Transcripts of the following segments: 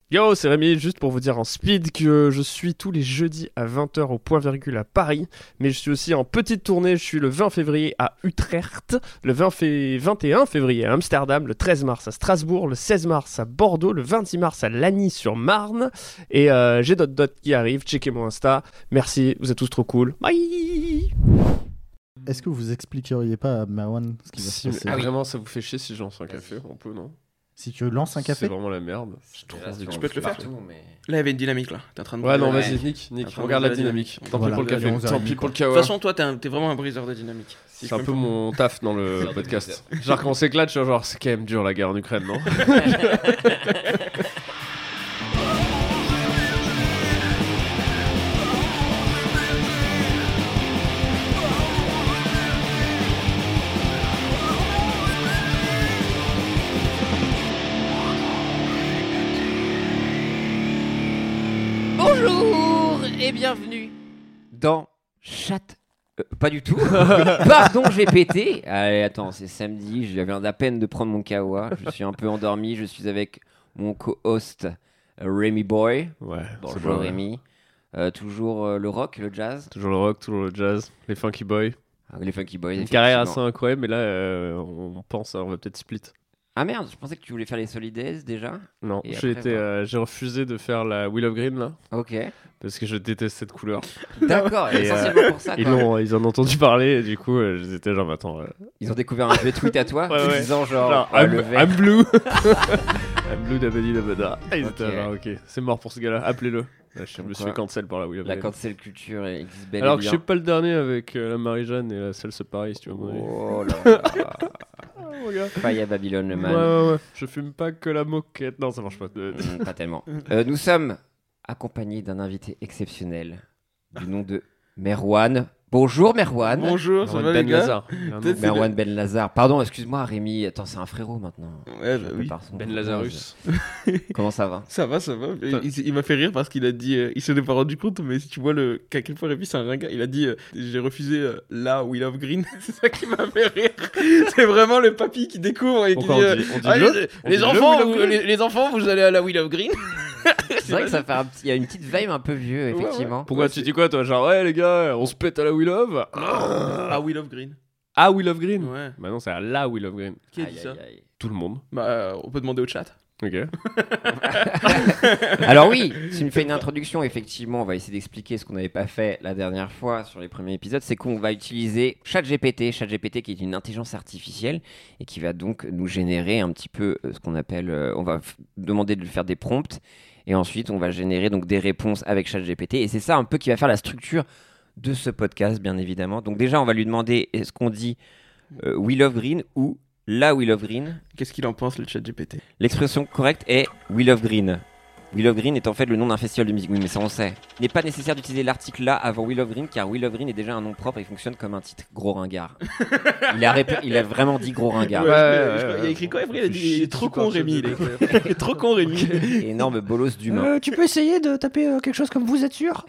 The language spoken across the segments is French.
Yo, c'est Rémi, juste pour vous dire en speed que je suis tous les jeudis à 20h au Point Virgule à Paris, mais je suis aussi en petite tournée, je suis le 20 février à Utrecht, le 21 février à Amsterdam, le 13 mars à Strasbourg, le 16 mars à Bordeaux, le 26 mars à Lagny-sur-Marne, et j'ai d'autres dates qui arrivent, checkez mon Insta, merci, vous êtes tous trop cool, bye. Est-ce que vous expliqueriez pas à Marwan ce qui va se passer? Vraiment, ça vous fait chier si je lance un café, on peut, non? Si tu lances un café? C'est vraiment la merde. Je peux te le faire. Mais... Là, il y avait une dynamique là. T'es en train de. Ouais, non, Ouais. vas-y, Nick, Attends, regarde la vas-y, dynamique. Tant pis Voilà, pour le café, allez, 11h30, tant pis pour le De kawa. toute façon, toi, t'es vraiment un briseur de dynamique. Si C'est un je peu peux me mon taf dans le podcast. Genre quand on s'éclate, je suis genre c'est quand même dur la guerre en Ukraine, non? Bonjour et bienvenue dans Chat... pas du tout. Pardon, j'ai pété. Allez, attends, c'est samedi, je viens d'à peine de prendre mon kawa. Je suis un peu endormi, je suis avec mon co-host Rémi Boy. Ouais, c'est Bonjour bon, ouais. Rémi. Toujours le rock, le jazz, Toujours le rock, toujours le jazz, les funky boys. les funky boys. Une carrière assez effectivement. incroyable, mais là on pense, on va peut-être split. Ah merde, je pensais que tu voulais faire les Solidays déjà. Non, Et j'ai après, j'ai refusé de faire la Wheel of Green là, Ok. parce que je déteste cette couleur. D'accord, Et, essentiellement pour ça. Ils Quoi. en ont entendu parler, et du coup j'étais genre attends. Ils ont découvert un vieux tweet à toi, Ouais, ouais. disant genre, Genre, le vert. I'm blue. I'm blue d'Abadi d'Abada. Ils Ok. étaient genre ok, c'est mort pour ce gars-là, appelez-le. Là, je Comme me suis quoi, fait cancel par la Wheel of La Green. cancel culture existe bel et Alors que je bien. suis pas le dernier avec la Marie-Jeanne et la seule se pareil si tu veux mon avis. Oh là là. Oh, gars. Faille à Babylone, le Ouais, man. ouais, ouais. Je fume pas que la moquette. Non, ça marche pas. Pas tellement. Nous sommes accompagnés d'un invité exceptionnel du nom de Merwan. Bonjour Merwan. Bonjour, ça va les Ben gars? Lazar. Peut-être Merwan Ben Lazar. Pardon, excuse-moi Rémi. Attends, c'est un frérot maintenant. Ouais, Je bah peux oui. par son Ben nom. Lazarus. Comment ça va? Ça va. Il m'a fait rire parce qu'il a dit, il s'en est pas rendu compte, mais si tu vois qu'à quel point Rémi c'est un ringard, il a dit j'ai refusé la Wheel of Green. C'est ça qui m'a fait rire. C'est vraiment le papy qui découvre et qui Pourquoi dit, on dit ah, le On les dit le enfants, Wheel of Green les enfants, vous allez à la Wheel of Green. C'est vrai que ça fait il y a une petite vibe un peu vieux, effectivement. Pourquoi Ouais, tu dis quoi toi? Genre, ouais les gars, on se pète à la Wheel of? Ah, Wheel of Green. Ah, Wheel of Green? Ouais. Bah non, c'est à la Wheel of Green. Qui a Aïe, dit ça? aïe, aïe. Tout le monde. Bah, on peut demander au chat. Ok. Alors oui, tu me fais une introduction, effectivement, on va essayer d'expliquer ce qu'on n'avait pas fait la dernière fois sur les premiers épisodes, c'est qu'on va utiliser ChatGPT qui est une intelligence artificielle et qui va donc nous générer un petit peu ce qu'on appelle, on va demander de faire des prompts et ensuite on va générer donc des réponses avec ChatGPT et c'est ça un peu qui va faire la structure de ce podcast, bien évidemment. Donc déjà, on va lui demander est-ce qu'on dit Wheel of Green ou la Wheel of Green. Qu'est-ce qu'il en pense, le chat GPT? L'expression correcte est Wheel of Green. Wheel of Green est en fait le nom d'un festival de musique. Oui, mais ça on sait. Il n'est pas nécessaire d'utiliser l'article là avant Wheel of Green car Wheel of Green est déjà un nom propre et fonctionne comme un titre. Gros ringard. Il a vraiment dit gros ringard. Ouais, ouais, je crois- ouais. il a écrit quoi après? Il a Fais dit chier il est de trop con, supporter Rémi. ce Il est trop con, Rémi. Énorme bolos d'humain. Tu peux essayer de taper quelque chose comme vous êtes sûr?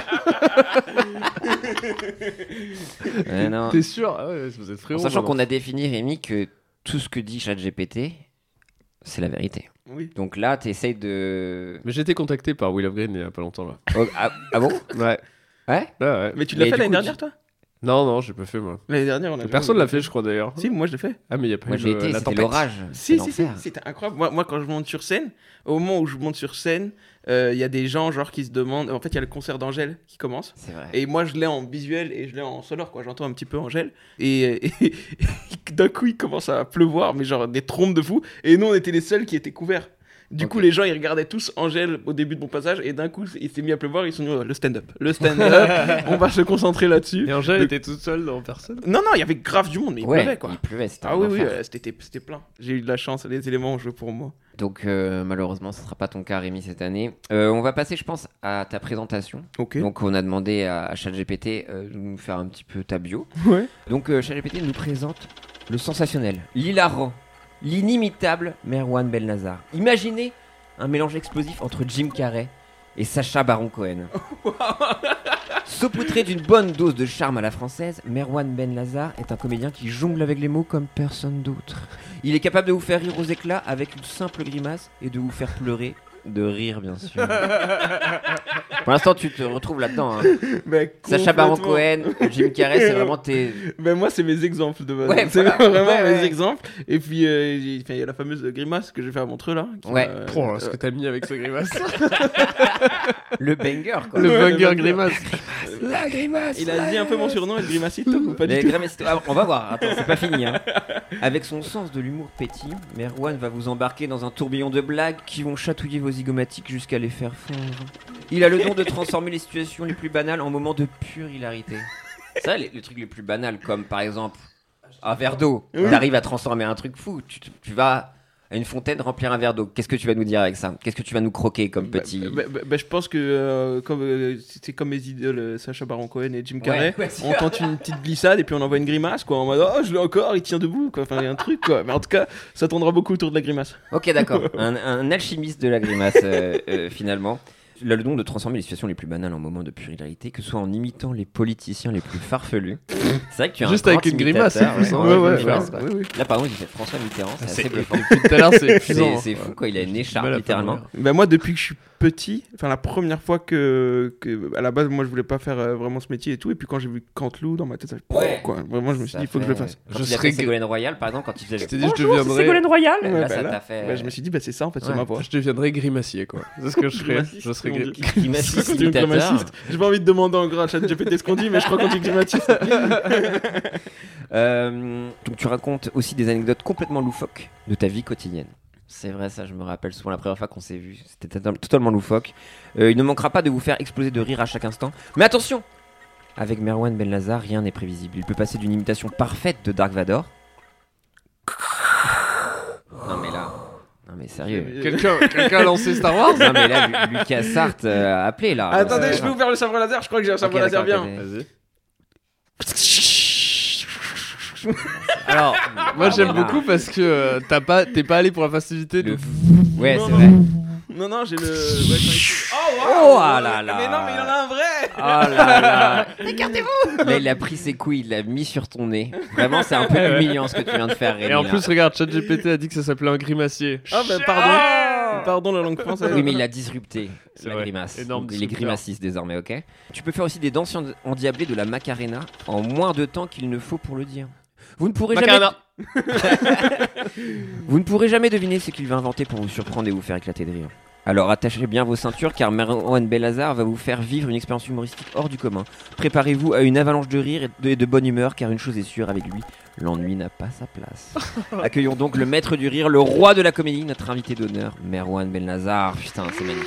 Non. T'es sûr? Ah ouais, vous êtes En frérot. sachant maintenant. qu'on a défini, Rémi, que tout ce que dit ChatGPT, c'est la vérité. Oui. Donc là, tu essayes de. Mais j'ai été contacté par Wheel of Green il y a pas longtemps là. Oh, ah bon? Ouais. Ouais? Ouais. Mais tu l'as Mais fait du l'année coup, dernière, toi? Non, j'ai pas fait moi. L'année dernière, on a Personne l'a fait, je crois d'ailleurs. Si, moi je l'ai fait. Ah, mais il y a pas Moi eu j'ai été, la c'était tempête. l'orage. Si, C'était si, si, l'enfer. c'était incroyable. Moi, quand je monte sur scène, au moment où je monte sur scène, il y a des gens genre qui se demandent. En fait, il y a le concert d'Angèle qui commence. C'est vrai. Et moi, je l'ai en visuel et je l'ai en sonore, quoi. J'entends un petit peu Angèle. Et d'un coup, il commence à pleuvoir, mais genre des trompes de fou. Et nous, on était les seuls qui étaient couverts. Du coup, Ok. les gens, ils regardaient tous Angèle au début de mon passage. Et d'un coup, il s'est mis à pleuvoir. Ils sont dit, oh, le stand-up. Le stand-up. On va se concentrer là-dessus. Et Angèle était toute seule dans personne. Non, il y avait grave du monde, mais il Ouais, pleuvait, quoi. il pleuvait, c'était Ah un oui, oui, enfer. c'était plein. J'ai eu de la chance, les éléments ont joué pour moi. Donc malheureusement, ce ne sera pas ton cas, Rémi, cette année. On va passer, je pense, à ta présentation. Ok. Donc on a demandé à ChatGPT de nous faire un petit peu ta bio. Ouais. Donc ChatGPT nous présente le sensationnel, l'hilarant, l'inimitable Merwan Belnazar. Imaginez un mélange explosif entre Jim Carrey et Sacha Baron Cohen. Saupoudré d'une bonne dose de charme à la française, Merwan Belnazar est un comédien qui jongle avec les mots comme personne d'autre. Il est capable de vous faire rire aux éclats avec une simple grimace et de vous faire pleurer de rire, bien sûr. Pour l'instant, tu te retrouves là-dedans. Hein. Mais Sacha Baron complètement. Cohen, Jim Carrey, c'est vraiment tes. Ben moi, c'est mes exemples de base. Ouais, c'est voilà. vraiment Ouais, mes ouais. exemples. Et puis, il y a la fameuse grimace que j'ai fait à Montreux là. Ouais. Oh, ce que t'as mis avec ce grimace. Le banger, quoi. Le Ouais, banger le grimace. La grimace. Il a dit un peu mon surnom, El Grimacito, ou pas du Les tout? Grammacitos. Ah, on va voir, attends, c'est pas fini. Hein. Avec son sens de l'humour petit, Merwan va vous embarquer dans un tourbillon de blagues qui vont chatouiller vos zygomatiques jusqu'à les faire fondre. Il a le don de transformer les situations les plus banales en moments de pure hilarité. Ça, les trucs les plus banals, comme par exemple un verre d'eau. Oui. T'arrives à transformer un truc fou. Tu vas à une fontaine remplir un verre d'eau. Qu'est-ce que tu vas nous dire avec ça? Qu'est-ce que tu vas nous croquer comme petit. Je pense que c'est comme mes idoles, Sacha Baron Cohen et Jim Carrey. Ouais, c'est On tente une petite glissade et puis on envoie une grimace quoi, en mode oh je l'ai encore, il tient debout quoi. Enfin il y a un truc quoi. Mais en tout cas ça tournera beaucoup autour de la grimace. Ok, d'accord. Un alchimiste de la grimace, finalement. Il a le don de transformer les situations les plus banales en moments de pure hilarité, que ce soit en imitant les politiciens les plus farfelus. C'est vrai que tu as Juste un avec grand une grimace, imitateur, en plus, hein. avec Ouais, une ouais, grimace, ouais. quoi. Oui, oui. Là, par contre, il fait François Mitterrand, c'est assez bluffant. Depuis tout à l'heure, c'est épuisant. C'est fou, quoi. Il a une écharpe, mal à littéralement. faire Ben moi depuis que je suis petit, enfin la première fois que à la base moi je voulais pas faire vraiment ce métier et tout, et puis quand j'ai vu Canteloup dans ma tête ça fait Ouais. quoi. Vraiment je me suis dit il faut que je le fasse. Quand Je il a serais fait Ségolène Royal, par exemple, quand il faisait. Je t'ai dit, je deviendrais. Royal. Ouais, Là, bah ça là, t'a fait. je me suis dit bah c'est ça en fait, c'est Ouais. ma voix. Je deviendrais grimacier, quoi. C'est ce que je serais. Grimaciste, Je serais mon Dieu. Grimaciste C'est une imitateur. grimaciste. J'ai pas envie de demander en gros à ChatGPT ce qu'on dit, mais je crois qu'on dit grimaciste. Donc tu racontes aussi des anecdotes complètement loufoques de ta vie quotidienne. C'est vrai, ça, je me rappelle souvent la première fois qu'on s'est vu. C'était totalement loufoque. Il ne manquera pas de vous faire exploser de rire à chaque instant. Mais attention! Avec Merwan Benlazar, rien n'est prévisible. Il peut passer d'une imitation parfaite de Dark Vador. Non mais là... Non mais sérieux. Quelqu'un a lancé Star Wars? Non mais là, Lucas Sartre a appelé là. Attendez, je vais ouvrir le sabre laser, je crois que j'ai un sabre Ok, laser d'accord, bien. ok. Vas-y. Alors, Moi, j'aime voilà. beaucoup parce que t'es pas allé pour la facilité de. Ouais, Non, c'est non. vrai. Non, non, j'ai le. Ouais, Oh ah là là. Mais non, mais il en a un vrai. Oh là là. Écartez-vous. Là, il a pris ses couilles, il l'a mis sur ton nez. Vraiment, c'est un peu humiliant ce que tu viens de faire, Rémi. Et en là. plus, regarde, ChatGPT a dit que ça s'appelait un grimacier. Ah, bah pardon. Pardon la langue française. Oui, mais il a disrupté C'est la vrai. grimace. Énorme Donc, il est disrupteur. grimaciste désormais, ok? Tu peux faire aussi des danses endiablées de la Macarena en moins de temps qu'il ne faut pour le dire. Vous ne pourrez Macarena. Vous ne pourrez jamais deviner ce qu'il va inventer pour vous surprendre et vous faire éclater de rire. Alors attachez bien vos ceintures car Merwan Benlazar va vous faire vivre une expérience humoristique hors du commun. Préparez-vous à une avalanche de rire et de bonne humeur car une chose est sûre, avec lui, l'ennui n'a pas sa place. Accueillons donc le maître du rire, le roi de la comédie, notre invité d'honneur, Merwan Benlazar. Putain, c'est magnifique.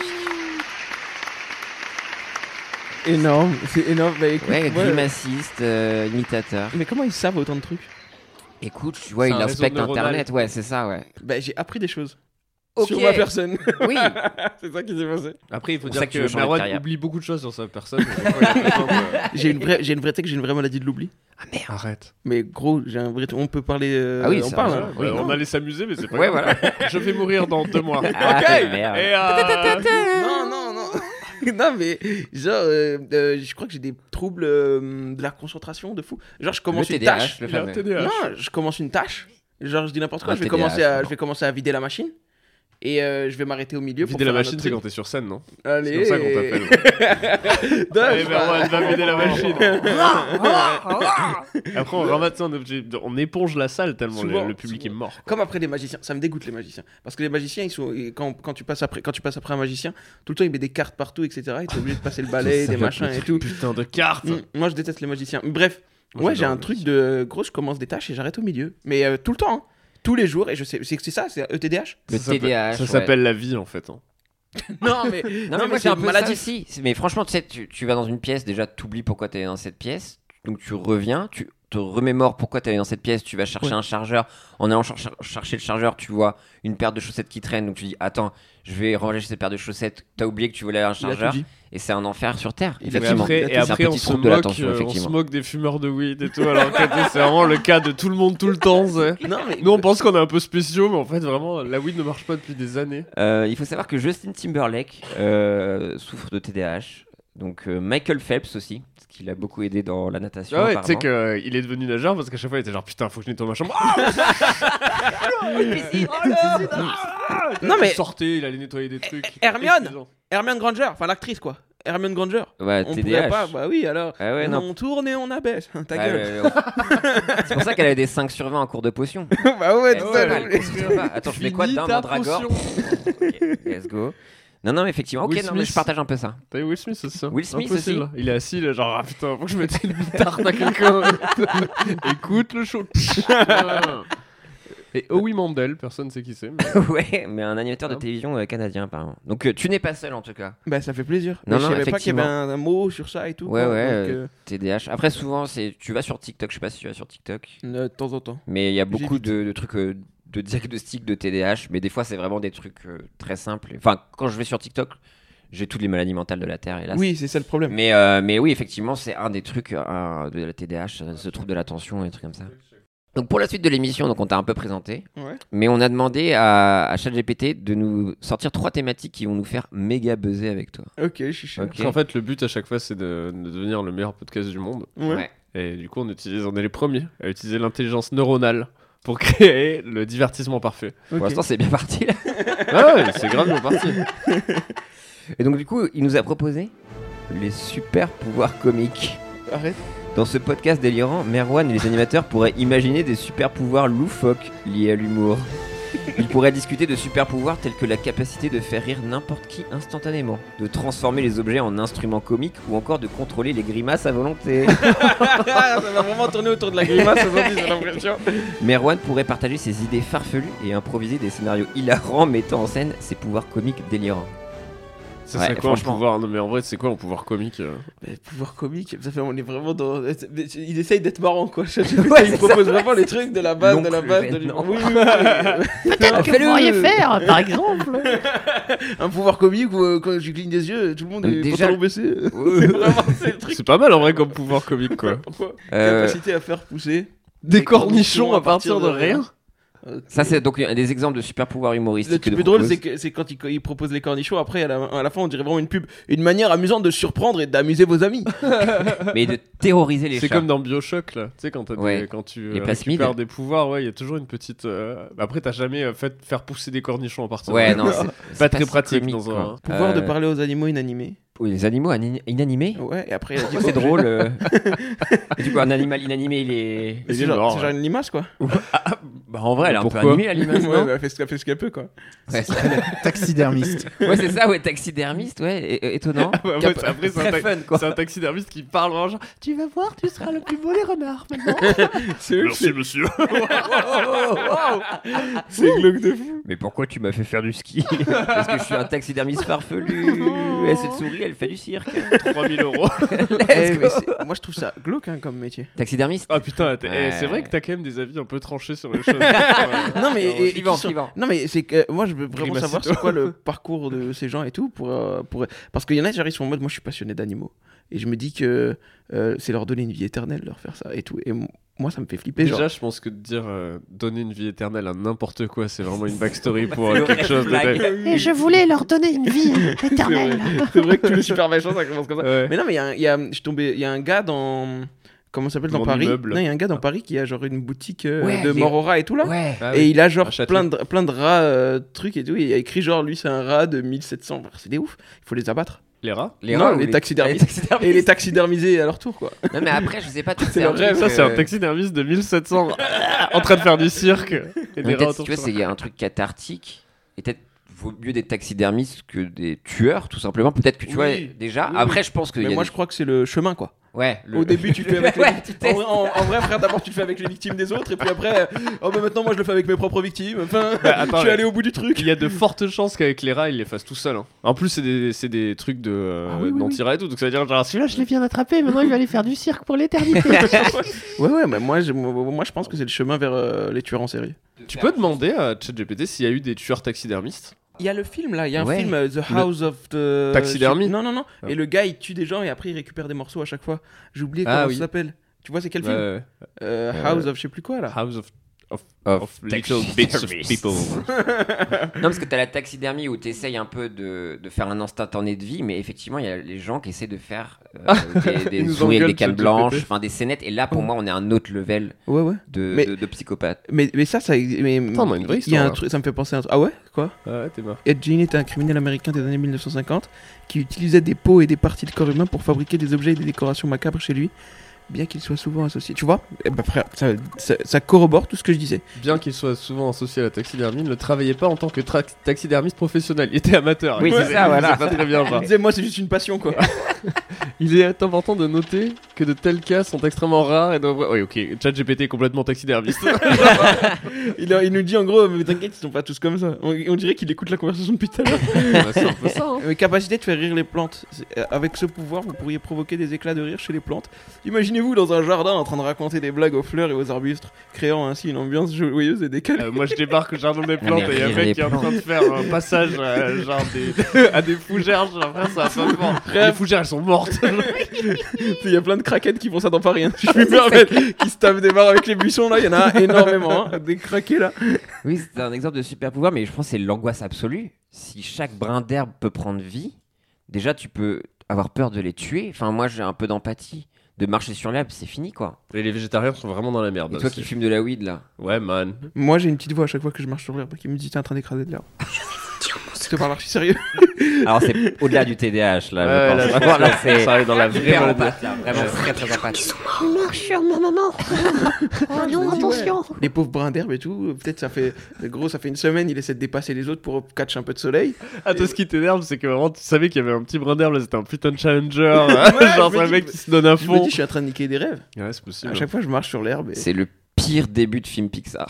Énorme, c'est énorme. Bah écoute, Ouais, moi, grimaciste, imitateur. mais comment ils savent autant de trucs? Écoute, tu vois, C'est il un réseau inspecte neuronal. Internet, ouais, c'est ça, ouais. Bah j'ai appris des choses. Ok. Sur ma personne. Oui, C'est ça qui s'est passé. Après, il faut Pour dire ça que tu veux que changer de Merwan carrière. oublie beaucoup de choses sur sa personne. Donc, des fois, il y a besoin de- J'ai une vraie tech, j'ai une vraie maladie de l'oubli. Arrête. Mais gros, j'ai un vrai. On peut parler. Ah oui, on ça parle. va. hein. Oui, on non. allait s'amémuser, mais c'est pas ouais, grave. voilà. Je vais mourir dans 2 mois. Ah, Ok. merde. Et Non, non, non. Non, mais genre, je crois que j'ai des troubles de la concentration de fou. Genre, je Le commence une TDAH, tâche. le Il a un fameux. TDAH. Non, je commence une tâche. Genre, je dis n'importe quoi. Un Je vais, TDAH, je vais commencer à vider la machine. Et je vais m'arrêter au milieu. Vider pour la faire un machine, autre c'est quand truc. t'es sur scène, non? Allez. C'est comme ça qu'on t'appelle. Non, Allez, je- Merwan, va vider la machine. Après, on ramasse un objet, on éponge la salle tellement Souvent, le public est mort. Comme après les magiciens, ça me dégoûte les magiciens. Parce que les magiciens, ils sont, quand tu passes après un magicien, tout le temps il met des cartes partout, etc. Et t'es obligé de passer le balai, des machins et tout. Putain de cartes. Moi je déteste les magiciens. Bref, Moi, ouais, j'ai j'adore un les truc de gros, je commence des tâches et j'arrête au milieu. Mais tout le temps, hein. Tous les jours, et je sais, c'est ça, c'est ETDH. Le Ça s'appelle- TDAH. Ça ouais. s'appelle la vie en fait. Hein. Non, mais Non, mais moi c'est un peu ça aussi. Mais franchement, tu sais, tu vas dans une pièce, déjà, t'oublies pourquoi t'es dans cette pièce. Donc tu reviens, tu te remémores pourquoi t'es dans cette pièce. Tu vas chercher un chargeur. En allant chercher le chargeur, tu vois une paire de chaussettes qui traîne. Donc tu dis, attends, je vais ranger cette paire de chaussettes. T'as oublié que tu voulais un Il a tout chargeur. dit. Et c'est un enfer sur Terre. Et Effectivement. Et C'est un après, petit on se trouble de moque, l'attention, on se effectivement. moque des fumeurs de weed et tout. Alors que c'est vraiment le cas de tout le monde tout le temps. C'est. Non, mais Nous, on pense qu'on est un peu spéciaux, mais en fait, vraiment, la weed ne marche pas depuis des années. Il faut savoir que Justin Timberlake souffre de TDAH. Donc Michael Phelps aussi, parce qu'il a beaucoup aidé dans la natation. Ah ouais, tu sais apparemment. qu'il est devenu nageur parce qu'à chaque fois il était genre putain, faut que je nettoie ma chambre. Non, mais- Il sortait, il allait nettoyer des trucs. Hermione Excellent. Hermione Granger, enfin l'actrice quoi. Hermione Granger. Ouais, On TDAH. pourrait pas, bah oui, alors. Ah ouais, non. On tourne et on abaisse. Ta Ah, gueule. C'est pour ça qu'elle avait des 5 sur 20 en cours de potion. Bah ouais, Eh, tout c'est ça. mal, concentre pas. Attends, je fais quoi Finis d'un ta mandragore? potion. Ok, let's go. Non, mais effectivement, ok, Will non, mais je Smith. partage un peu ça. T'as vu Will Smith aussi ça Will Smith Impossible. aussi. Il est assis là, genre ah putain, faut que je mette une tarte à quelqu'un. Écoute le show. Et Howie Mandel, personne sait qui c'est. Mais... Ouais, mais un animateur de Ah. télévision canadien apparemment. Donc tu n'es pas seul en tout cas. Bah ça fait plaisir. Non, Mais non, je savais pas qu'il y avait effectivement. un mot sur ça et tout. Ouais, quoi. ouais, Donc, TDAH. Après, souvent, tu vas sur TikTok, je sais pas si tu vas sur TikTok, de temps en temps. mais il y a beaucoup J'évite. de trucs de diagnostic de TDAH, mais des fois, c'est vraiment des trucs très simples. Enfin, quand je vais sur TikTok, j'ai toutes les maladies mentales de la Terre, hélas. Oui, c'est ça le problème. Mais oui, effectivement, c'est un des trucs de la TDAH, ce trouble de l'attention et des trucs comme ça. Donc pour la suite de l'émission, donc on t'a un peu présenté, Ouais. mais on a demandé à ChatGPT de nous sortir 3 thématiques qui vont nous faire méga buzzer avec toi. Ok, je suis chaud. Ok. Parce qu'en fait, le but à chaque fois, c'est de devenir le meilleur podcast du monde. Ouais. Et du coup, on est les premiers à utiliser l'intelligence neuronale pour créer le divertissement parfait. Pour Ok. l'instant, c'est bien parti là. Ah ouais, c'est grave bien parti. Et donc du coup, il nous a proposé les super pouvoirs comiques. Arrête. Dans ce podcast délirant, Merwan et les animateurs pourraient imaginer des super pouvoirs loufoques liés à l'humour. Ils pourraient discuter de super pouvoirs tels que la capacité de faire rire n'importe qui instantanément, de transformer les objets en instruments comiques ou encore de contrôler les grimaces à volonté. Ça va vraiment tourner autour de la grimace aujourd'hui, j'ai l'impression. Merwan pourrait partager ses idées farfelues et improviser des scénarios hilarants mettant en scène ses pouvoirs comiques délirants. Ça Ouais, serait quoi un franchement. pouvoir? Non mais en vrai, c'est quoi un pouvoir comique Mais pouvoir comique, ça fait on est vraiment dans. Il essaye d'être marrant quoi. Ouais, Il c'est propose vraiment les trucs de la base, de la L'oncle base, de Venant. l'humour. Oui. Peut-être que vous pourriez faire, par exemple. Un pouvoir comique où quand je cligne des yeux, tout le monde est Déjà- pantalon baissé. C'est vraiment c'est le truc. C'est pas mal en vrai comme pouvoir comique quoi. Pourquoi Euh, Capacité à faire pousser Des cornichons à partir de rien. Ça, c'est donc des exemples de super pouvoirs Le humoristiques. truc que plus drôle, propose. c'est quand il propose les cornichons, après à la fin on dirait vraiment une pub. Une manière amusante de surprendre et d'amuser vos amis. Mais de terroriser les C'est chats. comme dans Bioshock là, tu sais quand, Ouais. quand tu Les plasmides. récupères des pouvoirs, ouais, il y a toujours une petite. Après, t'as jamais fait faire pousser des cornichons à partir. Ouais, de... non, c'est pas très si pratique comique, dans un. quoi. Pouvoir de parler aux animaux inanimés. Oui, les animaux inanimés. Ouais, et après il a dit C'est drôle. Et du coup, un animal inanimé, il est. Il C'est est genre, mort, c'est genre une limace quoi. Bah, en vrai, elle est un peu Pourquoi animée, la limace, Ouais, non bah, elle fait ce qu'elle peut quoi. Ouais, Taxidermiste. ouais, c'est ça, ouais, taxidermiste, ouais, étonnant. Ouais, Cap- après, c'est un très ta- fun, quoi. C'est un taxidermiste qui parle vraiment genre. Tu vas voir, tu seras le plus beau des renards maintenant. C'est Merci monsieur. c'est glauque de fou. Mais pourquoi tu m'as fait faire du ski? Parce que je suis un taxidermiste farfelu. Et cette souris, elle fait du cirque. 3000 euros. Moi je trouve ça glauque hein, comme métier. Taxidermiste? Ah putain, Ouais. c'est vrai que t'as quand même des avis un peu tranchés sur les choses. Non mais et Clivant, qui sont- clivant. Non mais c'est que moi je veux vraiment Grimacito. savoir c'est quoi le parcours de ces gens et tout pour parce qu'il y en a genre ils sont en mode moi je suis passionné d'animaux et je me dis que c'est leur donner une vie éternelle leur faire ça et tout et moi ça me fait flipper Déjà, genre je pense que de dire donner une vie éternelle à n'importe quoi, c'est vraiment une backstory pour C'est le quelque chose de. red flag. Et je voulais leur donner une vie éternelle. c'est vrai que tous les super méchants ça commence comme ça. Ouais. Mais non mais je suis tombé il y a un gars dans comment ça s'appelle dans Mon Paris immeuble. non il y a un gars dans Paris qui a genre une boutique Ouais, de les- mort au rat et tout là. Ouais. Ah Et oui. il a genre À Châtelet. plein de rats trucs et tout. Et il a écrit genre lui c'est un rat de 1700. C'est des ouf. Il faut les abattre. Les rats. Non, rats ou les taxidermistes. les taxidermistes. Et les taxidermiser à leur tour quoi. Non, mais après, je sais pas, C'est leur rêve, Ça, c'est un taxidermiste de 1700 en train de faire du cirque. Et des rats Peut-être, si autour tu vois, de c'est un truc cathartique. Et peut-être vaut mieux des taxidermistes que des tueurs, tout simplement. Peut-être que tu vois, Oui. déjà. Oui, Après, oui. je pense que. Mais moi je crois que c'est le chemin quoi. Ouais. Au début tu le fais avec les Ouais, tu en, testes. vrai- en vrai frère d'abord tu le fais avec les victimes des autres et puis après oh bah maintenant moi je le fais avec mes propres victimes. Enfin Bah, attends, je suis allé au bout du truc. Il y a de fortes chances qu'avec les rats, il les fasse tout seul. Hein. En plus, c'est des trucs de Ah oui, oui, d'anti-rats et tout. Donc ça veut dire genre Celui-là, je l'ai bien attrapé. Maintenant, il va aller faire du cirque pour l'éternité. Ouais mais moi je pense que c'est le chemin vers les tueurs en série. Tu peux demander à ChatGPT s'il y a eu des tueurs taxidermistes. Il y a le film là, il y a un Ouais. film The House of the Taxidermie. Non. Ah. Et le gars il tue des gens et après il récupère des morceaux à chaque fois. J'ai oublié Ah comment oui. ça s'appelle. Tu vois c'est quel Ouais, film ouais. House of je sais plus quoi là. House of. of little bits of people. Non, parce que t'as la taxidermie où t'essayes un peu de faire un instantané de vie, mais effectivement, il y a les gens qui essaient de faire des Ils nous souris avec engueulent des cannes sur blanches, GPT. enfin des scénettes, et là, pour moi, on est à un autre level Ouais. de psychopathe. Mais ça mais Attends, on a une vraie il y a histoire, un là. truc, ça me fait penser à un truc. Ah ouais, quoi? Ouais, t'es mort. Ed Gein était un criminel américain des années 1950 qui utilisait des peaux et des parties de corps humain pour fabriquer des objets et des décorations macabres chez lui, bien qu'il soit souvent associé. Tu vois? Eh ben frère, ça corrobore tout ce que je disais. Bien qu'il soit souvent associé à la taxidermie, il ne travaillait pas en tant que taxidermiste professionnel. Il était amateur. Oui, c'est ça, voilà. C'est pas très bien, Il genre. disait, moi c'est juste une passion quoi. Il est important de noter que de tels cas sont extrêmement rares et devraient... Oui, ok, ChatGPT est complètement taxidermiste. Il nous dit en gros, mais t'inquiète, ils sont pas tous comme ça. On dirait qu'il écoute la conversation depuis tout à l'heure. Bah, c'est un peu ça, hein. Capacité de faire rire les plantes. Avec ce pouvoir, vous pourriez provoquer des éclats de rire chez les plantes. Imaginez-vous dans un jardin en train de raconter des blagues aux fleurs et aux arbustes, créant ainsi une ambiance joyeuse et décalée. Moi je débarque au jardin des plantes mais et il y a un rire mec les qui est en train de faire un passage genre à des fougères, genre frère, ça va pas fort. Les fougères elles sont mortes. Il y a plein de craquettes qui font ça dans Paris. Hein. Si je puis me permettre, qui se tapent des barres avec les buissons là, il y en a énormément. Hein. Des craqués là. Oui, c'est un exemple de super pouvoir, mais je pense que c'est l'angoisse absolue. Si chaque brin d'herbe peut prendre vie, déjà tu peux avoir peur de les tuer. Enfin, moi j'ai un peu d'empathie. De marcher sur l'herbe, c'est fini quoi. Et les végétariens sont vraiment dans la merde. Et toi qui fumes de la weed là. Ouais, man. Moi j'ai une petite voix à chaque fois que je marche sur l'herbe qui me dit t'es en train d'écraser de l'herbe. Je te parle archi sérieux. Alors c'est au-delà du TDAH là. Ouais, je là, pense. Vraiment, là, c'est ça arrive dans la vraie hyper maladie. empathe, là. Vraiment très très empathe. Marche sur ma maman. Oh non, attention. Les pauvres brins d'herbe et tout, peut-être ça fait une semaine, il essaie de dépasser les autres pour catch un peu de soleil. Ah, toi, ce qui t'énerve, c'est que vraiment, tu savais qu'il y avait un petit brin d'herbe, là, c'était un putain de challenger. Genre, je me c'est un dis- mec qui se donne à Je me fond. dis, je suis en train de niquer des rêves. Ouais, c'est possible. À chaque fois, je marche sur l'herbe. Et... C'est le pire début de film Pixar.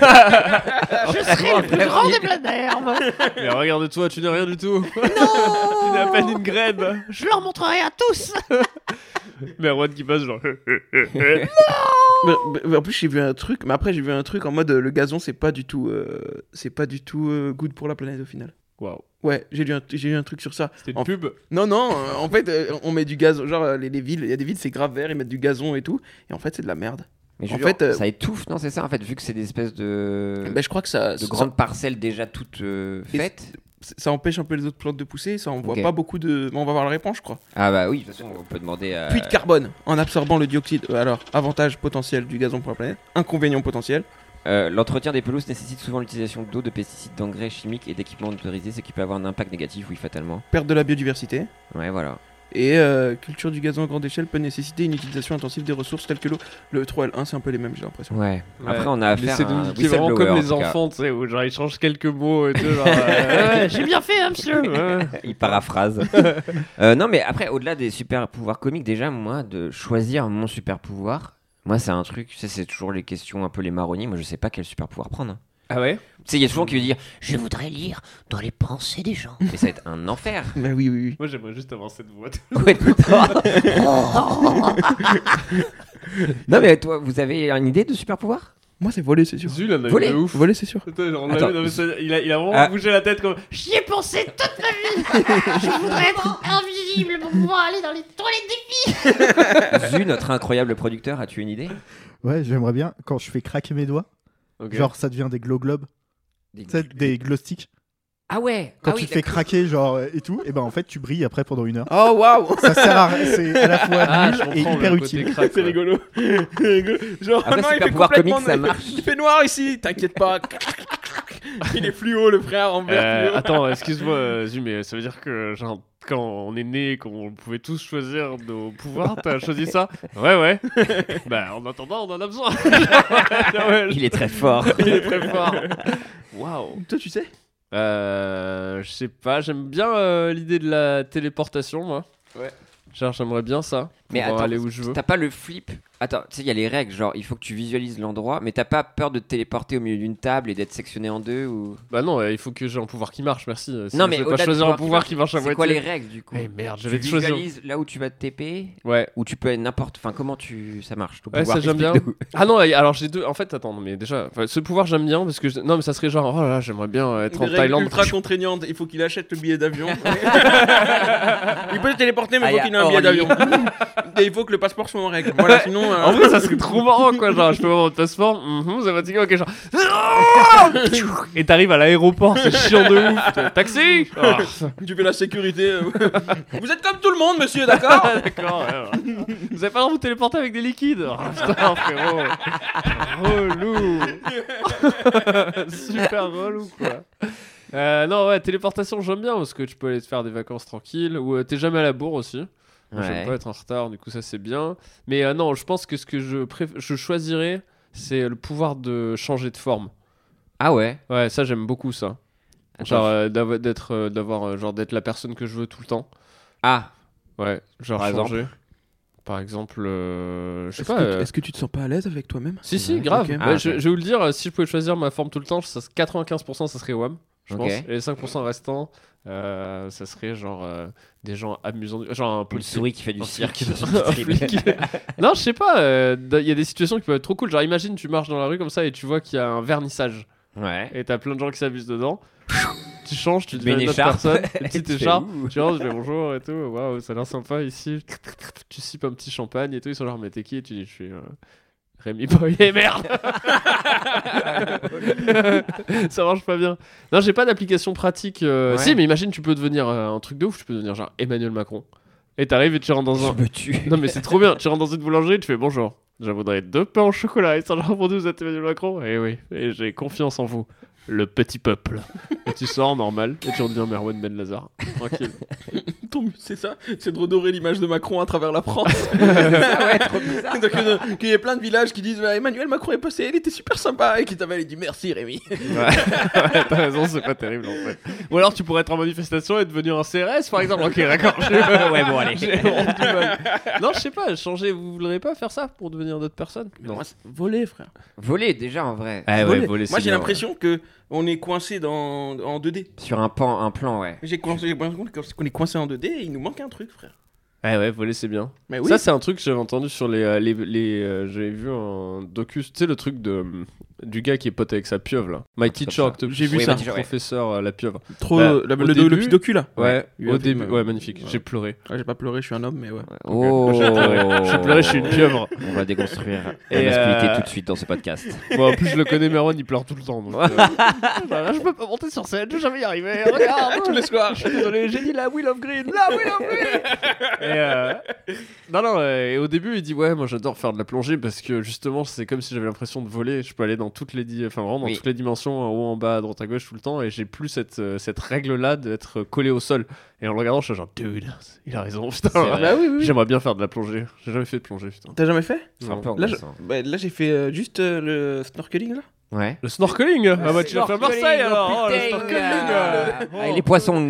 Je serai le plus grand des plats d'herbe. Mais regarde-toi, tu n'es rien du tout. Tu n'es à peine une graine. Je leur montrerai à tous. Mais Erwan qui passe, genre. Mais en plus, j'ai vu un truc, mais après, j'ai vu un truc en mode le gazon, c'est pas du tout good pour la planète au final. Waouh. Ouais, j'ai lu un truc sur ça. C'était une En- pub. Non, en fait, on met du gazon. Genre, les villes, il y a des villes, c'est grave vert, ils mettent du gazon et tout. Et en fait, c'est de la merde. Mais En en fait, fait, ça étouffe, non, c'est ça en fait, vu que c'est des espèces de Ben, je crois que de grandes parcelles déjà toutes faites. ça empêche un peu les autres plantes de pousser. Ça envoie Ok. pas beaucoup de. On va voir la réponse, je crois. Ah bah oui, de toute façon, on peut demander à. Puits de carbone en absorbant le dioxyde. Alors, avantage potentiel du gazon pour la planète. Inconvénient potentiel. L'entretien des pelouses nécessite souvent l'utilisation d'eau, de pesticides, d'engrais chimiques et d'équipements autorisés, ce qui peut avoir un impact négatif, oui, fatalement. Perte de la biodiversité. Ouais, voilà. Et culture du gazon à grande échelle peut nécessayer une utilisation intensive des ressources telles que l'eau. Le 3 et le 1, c'est un peu les mêmes, j'ai l'impression. Ouais. Ouais. Après, on a affaire C'est à un vraiment whistleblower, comme en les tout cas. enfants, tu sais, où genre ils changent quelques mots et tout. Genre, Ouais, j'ai bien fait, hein, monsieur. ouais. Il paraphrase. Non, mais après, au-delà des super pouvoirs comiques, déjà, moi, de choisir mon super pouvoir, moi, c'est un truc, tu sais, c'est toujours les questions un peu les marronniers. Moi, je sais pas quel super pouvoir prendre. Hein. Ah ouais. Tu sais, il y a toujours qui veut dire, Je voudrais lire dans les pensées des gens. mais ça va être un enfer. Bah oui. Moi j'aimerais juste avoir cette voix. Ouais, tout le temps. Non, mais toi, vous avez une idée de super pouvoir? Moi, c'est voler, c'est sûr. Zul, elle a eu Voler. de ouf. Voler, c'est sûr. Attends, genre, on l'a Attends. vu, non, mais il a vraiment Ah. bougé la tête comme. J'y ai pensé toute ma vie. Je voudrais être invisible pour pouvoir aller dans les toilettes des filles. Zu, notre incroyable producteur, as-tu une idée? Ouais, j'aimerais bien, quand je fais craquer mes doigts, Ok. genre ça devient des glow globes, tu sais, des glow sticks. Ah ouais. Quand ah tu oui, te fais d'accord. craquer, genre, et tout, et ben en fait, tu brilles après pendant 1 heure. Oh waouh! Ça sert à rien, c'est à la fois Ah, nul je et comprends hyper le côté utile. crack, C'est ouais. rigolo. Genre, Après, non, super il fait pouvoir complètement comique, ça marche. Il fait noir ici, t'inquiète pas. Il est fluo, le frère, en vert fluo. Attends, excuse-moi, Zu, mais ça veut dire que genre, quand on est né, qu'on pouvait tous choisir nos pouvoirs, t'as choisi ça? Ouais. Bah, en attendant, on en a besoin. Ouais, Il est très fort. il est très fort. Waouh. Toi, tu sais? Je sais pas, j'aime bien l'idée de la téléportation, moi. Ouais. Genre, j'aimerais bien ça. Mais Pouvoir attends, aller où je veux. t'as pas le flip? Attends, tu sais, il y a les règles, genre il faut que tu visualises l'endroit, mais t'as pas peur de te téléporter au milieu d'une table et d'être sectionné en deux ou... Bah non, il faut que j'ai un pouvoir qui marche, merci. Non, mais je vais au-delà pas du choisir un pouvoir qui marche à C'est moitié. quoi les règles du coup? Eh merde, je Tu vais te choisir. visualises là où tu vas te TP Ouais. ou tu peux être n'importe... Enfin, comment ça marche ton Ouais, pouvoir, ça j'aime bien. explique-nous. Ah non, alors j'ai deux. En fait, attends, mais déjà, ce pouvoir j'aime bien parce que non, mais ça serait genre, oh là là, j'aimerais bien être Des en règles Thaïlande. ultra contraignantes. Il faut qu'il achète le billet d'avion. Il peut se téléporter, mais il Ah, faut y a qu'il ait un billet Orly. d'avion. Et il faut que le passeport soit en règle. Voilà, sinon, hein. En vrai, ça serait trop marrant, quoi. Genre, je peux voir votre passeport. Vous avez fatigué, ok, genre. Et t'arrives à l'aéroport, c'est chiant de ouf. Taxi. Tu fais la sécurité. Vous êtes comme tout le monde, monsieur, d'accord? D'accord, ouais. Vous avez pas le droit de vous téléporter avec des liquides. Putain, frérot. Relou. Super relou, quoi. Non, ouais, téléportation, j'aime bien parce que tu peux aller te faire des vacances tranquilles ou t'es jamais à la bourre aussi. Moi, j'aime pas être en retard, du coup, ça c'est bien. Mais non, je pense que ce que je choisirais, c'est le pouvoir de changer de forme. Ah ouais. Ouais, ça j'aime beaucoup ça. Genre d'être la personne que je veux tout le temps. Ah. Ouais, genre Par changer. exemple. Par exemple, je sais pas. Est-ce que tu te sens pas à l'aise avec toi-même? Si, grave. Ok. Ouais, je vais vous le dire, si je pouvais choisir ma forme tout le temps, 95% ça serait WAM, je pense. Et les 5% restants, ça serait genre des gens amusants. Genre un peu Une souris qui fait du cirque. Non, je sais pas. Il y a des situations qui peuvent être trop cool. Genre, imagine, tu marches dans la rue comme ça et tu vois qu'il y a un vernissage. Ouais. Et t'as plein de gens qui s'amusent dedans. Tu changes, tu mets deviens une une autre écharpe. personne, une Et petite tu fais écharpe, ouh. tu rentres, je fais bonjour et tout, waouh, ça a l'air sympa ici. Tu sips un petit champagne et tout, ils sont genre, mais t'es qui? Et tu dis, je suis Rémi Boy, et merde. Ça marche pas bien. Non, j'ai pas d'application pratique. Si, mais imagine, tu peux devenir un truc de ouf, tu peux devenir genre Emmanuel Macron. Et t'arrives et tu rentres dans un. Je me tue. Non, mais c'est trop bien. Tu rentres dans une boulangerie, tu fais bonjour. Je voudrais 2 pains au chocolat. Et ça leur répondu, vous êtes Emmanuel Macron? Et oui, et j'ai confiance en vous. Le petit peuple. Et tu sors normal et tu redeviens Merwan Ben Lazar. Tranquille. Ton but, c'est ça? C'est de redorer l'image de Macron à travers la France. Ouais, trop bizarre. Donc, qu'il y ait plein de villages qui disent Emmanuel Macron est passé, il était super sympa. Et qui t'appelle et dit merci Rémi. Ouais, t'as raison, c'est pas terrible en fait. Ou alors tu pourrais être en manifestation et devenir un CRS par exemple. Ok, d'accord. Ouais, bon, allez. J'ai vraiment du mal. Non, je sais pas, changer, vous voudriez pas faire ça pour devenir d'autres personnes? Non. Moi, c'est voler, frère. Voler, déjà, en vrai. Voler. Moi, j'ai l'impression que on est coincé en 2D. Sur un plan, ouais. J'ai l'impression qu'on est coincé en 2D et il nous manque un truc, frère. Ouais, voler c'est bien. Mais oui. Ça, c'est un truc que j'avais entendu sur j'avais vu un docu, tu sais, le truc du gars qui est pote avec sa pieuvre là. My Teacher ça. Octopus. J'ai vu Oui, ça. My Teacher, ouais. Professeur la pieuvre. Trop Bah, le au début- petit docu là. Ouais, Il a au fait début, ma- ouais, magnifique. Ouais. J'ai pleuré. Ouais, j'ai pas pleuré, je suis un homme, mais ouais. Oh. J'ai pleuré, je suis une pieuvre. On va déconstruire Et, la masculinité tout de suite dans ce podcast. Bon, en plus, je le connais, Merwan, il pleure tout le temps. Donc, je peux pas monter sur scène, je vais jamais y arriver. Regarde, Tous les soirs. je suis désolé, j'ai dit la Will of Green. La Will of Green. Et au début, il dit ouais, moi j'adore faire de la plongée parce que justement, c'est comme si j'avais l'impression de voler. Je peux aller dans toutes les Oui. toutes les dimensions, en haut, en bas, à droite, à gauche, tout le temps, et j'ai plus cette règle-là d'être collé au sol. Et en le regardant, je suis genre dude, il a raison. Putain, C'est vrai. Bah oui, oui. j'aimerais bien faire de la plongée. J'ai jamais fait de plongée, putain. T'as jamais fait? C'est un peu Non. angoissant. Là, j'ai fait juste le snorkeling là. Ouais. Le snorkeling. Ah bah tu l'as fait à Marseille alors. Oh, le snorkeling. Avec les poissons.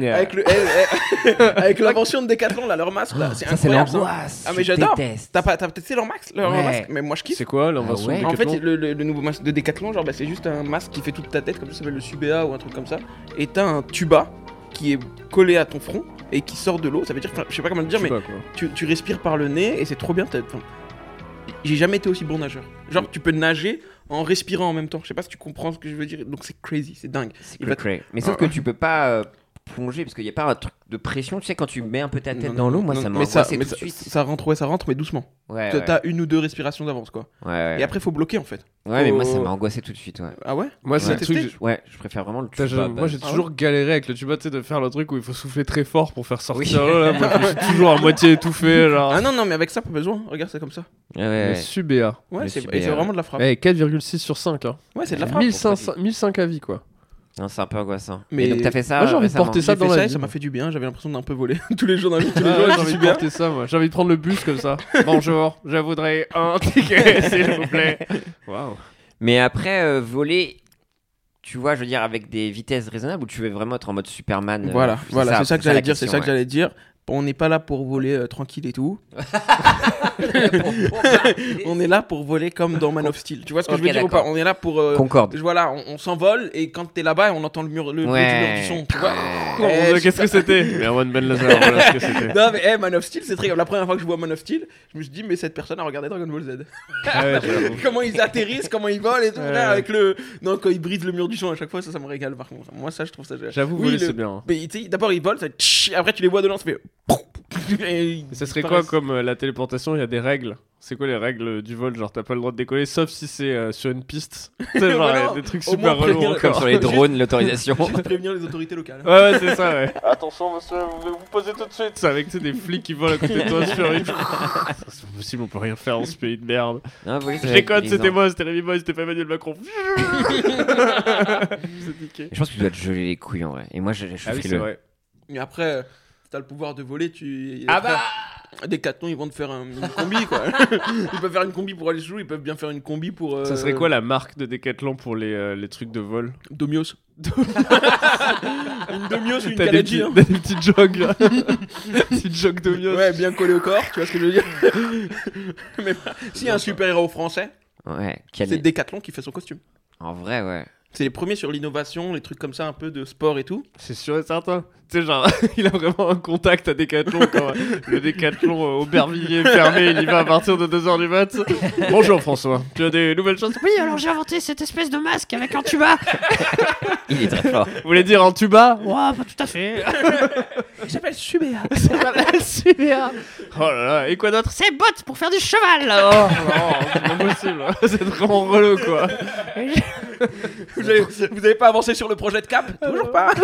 Avec l'invention de Decathlon là, leur masque là, c'est Ça, c'est incroyable. ça. l'angoisse. Ah mais Je j'adore. déteste. T'as testé leur masque, leur Ouais. masque? Mais moi je kiffe. C'est quoi l'invention Ah ouais. de En fait, Decathlon le nouveau masque de Decathlon, genre c'est juste un masque qui fait toute ta tête, comme ça s'appelle le Subea ou un truc comme ça. Et t'as un tuba qui est collé à ton front et qui sort de l'eau. Ça veut dire, enfin, je sais pas comment le dire, Je mais sais pas, quoi. tu respires par le nez et c'est trop bien. J'ai jamais été aussi bon nageur. Genre tu peux nager en respirant en même temps. Je sais pas si tu comprends ce que je veux dire. Donc c'est crazy, c'est dingue. Il va- Mais sauf que tu peux pas plonger parce qu'il n'y a pas un truc de pression. Tu sais, quand tu mets un peu ta tête Non, dans l'eau, moi non, ça m'a mais angoissé mais tout de suite. ça rentre, ouais, ça rentre, mais doucement. Ouais, T'as une ou deux respirations d'avance, quoi. ouais. Et après, faut bloquer en fait. Ouais, mais moi ça faut- m'a angoissé tout de suite. Ouais. Ah ouais? Moi, c'est Ouais. le truc. Testé Ouais, je préfère vraiment le Putain, tuba. moi j'ai Ah toujours galéré avec le tuba, tu sais, de faire le truc où il faut souffler très fort pour faire sortir Oui. l'eau, là. Moi, je suis toujours à moitié étouffé, genre. Ah non, non, mais avec ça, pas besoin. Regarde, c'est comme ça. Le Subea. Ouais, Le c'est Subea, et c'est vraiment de la frappe. 4,6 sur 5. Hein. Ouais, c'est de la frappe. 1005 avis, quoi. Non, c'est un peu angoissant. Mais Mais donc t'as fait ça moi, j'ai envie de récemment. porter J'ai ça fait dans la ça et vie. ça m'a fait du bien. J'avais l'impression d'un peu voler tous les jours dans la vie. Tous les Ah, jours, j'ai c'est envie de super. porter ça, moi. J'ai envie de prendre le bus comme ça. Bonjour, je voudrais un ticket, s'il vous plaît. Waouh. Mais après, voler, tu vois, je veux dire, avec des vitesses raisonnables où tu veux vraiment être en mode Superman. Voilà, voilà, c'est ça que la j'allais dire. C'est question, ça que j'allais dire. On n'est pas là pour voler tranquille et tout. On est là pour voler comme dans Man of Steel. Tu vois ce que je veux Ok, dire ou pas? d'accord. On est là pour. Concorde. Voilà, on s'envole et quand t'es là-bas, on entend le bruit du mur du son. Tu vois? Oh mon Dieu, qu'est-ce que c'était? Merwan Ben Lazar, voilà ce que c'était. Non mais Man of Steel, c'est très grave. La première fois que je vois Man of Steel, je me suis dit mais cette personne a regardé Dragon Ball Z. Ah ouais, j'avoue. Comment ils atterrissent, comment ils volent et tout, Ouais. frère, avec le. Non, quand ils brisent le mur du son à chaque fois, ça me régale par contre. Moi, ça, je trouve ça. J'avoue, Oui, voler, le- c'est bien. Mais tu sais, d'abord ils volent, ça fait tch, après tu les vois de loin, ça fait. Et Et ça serait ils quoi disparaissent. comme la téléportation? Il y a des règles. C'est quoi les règles du vol? Genre, t'as pas le droit de décoller, sauf si c'est sur une piste. Tu sais, genre, Ouais, y a non, des trucs au super moins relous prévenir- Comme encore. sur les drones, l'autorisation. Juste prévenir les autorités locales. Ouais, c'est ça, ouais. Attention, monsieur, vous posez tout de suite. C'est avec tu sais, des flics qui volent à côté de toi sur une. C'est pas possible, on peut rien faire dans ce pays de merde. Non, oui, Je déconne, c'était moi, c'était Rémi Boy, c'était pas Emmanuel Macron. C'est niqué. Je pense que tu dois te geler les couilles en vrai. Et moi, je suis Ah oui, c'est frileux. vrai. Et après, si t'as le pouvoir de voler, Ah bah Decathlon, ils vont te faire une combi quoi. Ils peuvent faire une combi pour aller chez vous, ils peuvent bien faire une combi pour. Ça serait quoi la marque de Decathlon pour les trucs de vol? Domios. Une Domios ou une T'as des Kaleji. petits, des petits jogs là. Petits jogs de mieux. Ouais, bien collé au corps, tu vois ce que je veux dire. Mais s'il y a un super-héros français, Ouais, c'est Decathlon qui fait son costume. En vrai, ouais. C'est les premiers sur l'innovation, les trucs comme ça, un peu de sport et tout. C'est sûr et certain. Tu sais, genre, il a vraiment un contact à Decathlon quand le Decathlon Aubervilliers fermé, il y va à partir de 2h du mat. Bonjour François, tu as des nouvelles choses? Oui, alors j'ai inventé cette espèce de masque avec un tuba. Il est très fort. Vous voulez dire en tuba? Ouah, pas tout à fait. Il s'appelle Subéa. Super. Oh là là, et quoi d'autre? C'est bottes pour faire du cheval. Oh non, c'est pas possible. C'est vraiment relou quoi. Vous avez pas avancé sur le projet de Cap? Toujours pas.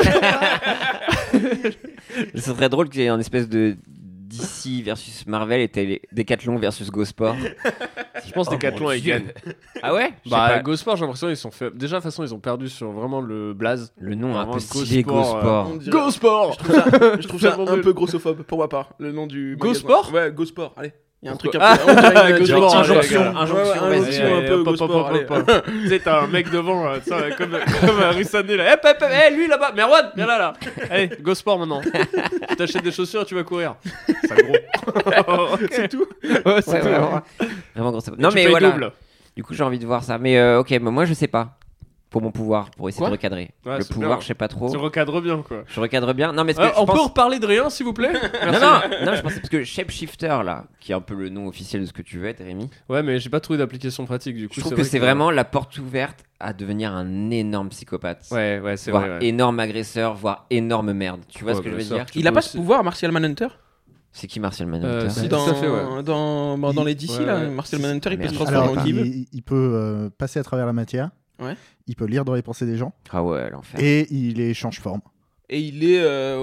Ce serait drôle qu'il y ait une espèce de DC versus Marvel et t'aies Decathlon versus Go Sport. Je pense que Decathlon il gagne. Ah ouais? Je sais Bah, pas. Go Sport, j'ai l'impression qu'ils sont fait. Déjà, de toute façon, ils ont perdu sur vraiment le blaze. Le nom un Vraiment, peu Go stylé, Go Sport, Sport. On dirait- Go Sport! Je trouve ça Tellement un nul. peu grossophobe pour ma part, le nom du. Go magasin. Sport? Ouais, Go Sport, allez. Il y a un truc un Ah, peu. on dirait une- Go Sport, injonction, allez, injonction, vas-y, injonction un Allez, peu hop, Go hop, Sport, hop, allez. hop, hop. Tu sais, t'as un mec devant, ça, comme Russané là. Hop, hop, hop, hey, lui là-bas, Merwan, viens là. Allez, Go Sport maintenant. Tu t'achètes des chaussures et tu vas courir. C'est gros. C'est tout. Ouais, c'est Ouais, tout. vraiment. Vraiment gros. Non, Tu mais payes voilà. double. Du coup, j'ai envie de voir ça. Mais ok, mais moi, je sais pas. Pour mon pouvoir, pour essayer Quoi de recadrer. Ouais, Le c'est pouvoir, bien. je sais pas trop. Tu recadres bien quoi. Je recadre bien. Non, mais ce que je On peut pense... reparler de rien s'il vous plaît? Non, non, je pensais parce que Shapeshifter, là, qui est un peu le nom officiel de ce que tu veux être, Rémi. Ouais, mais j'ai pas trouvé d'application pratique du coup. Je trouve vrai que c'est vraiment la porte ouverte à devenir un énorme psychopathe. Ouais, ouais, c'est Voire vrai. Ouais. énorme agresseur, voire énorme merde. Tu vois ce que je veux dire? Il a pas ce pouvoir, Martial Manhunter? C'est qui Martial Manhunter? Si, Dans, tout à fait, ouais. dans les DC, Ouais, là, ouais. Martial Manhunter, il peut se Merde. transformer Alors, en qui veut. il peut passer à travers la matière. Ouais. Il peut lire dans les pensées des gens. Ah ouais, l'enfer. Et il les change forme. Et il est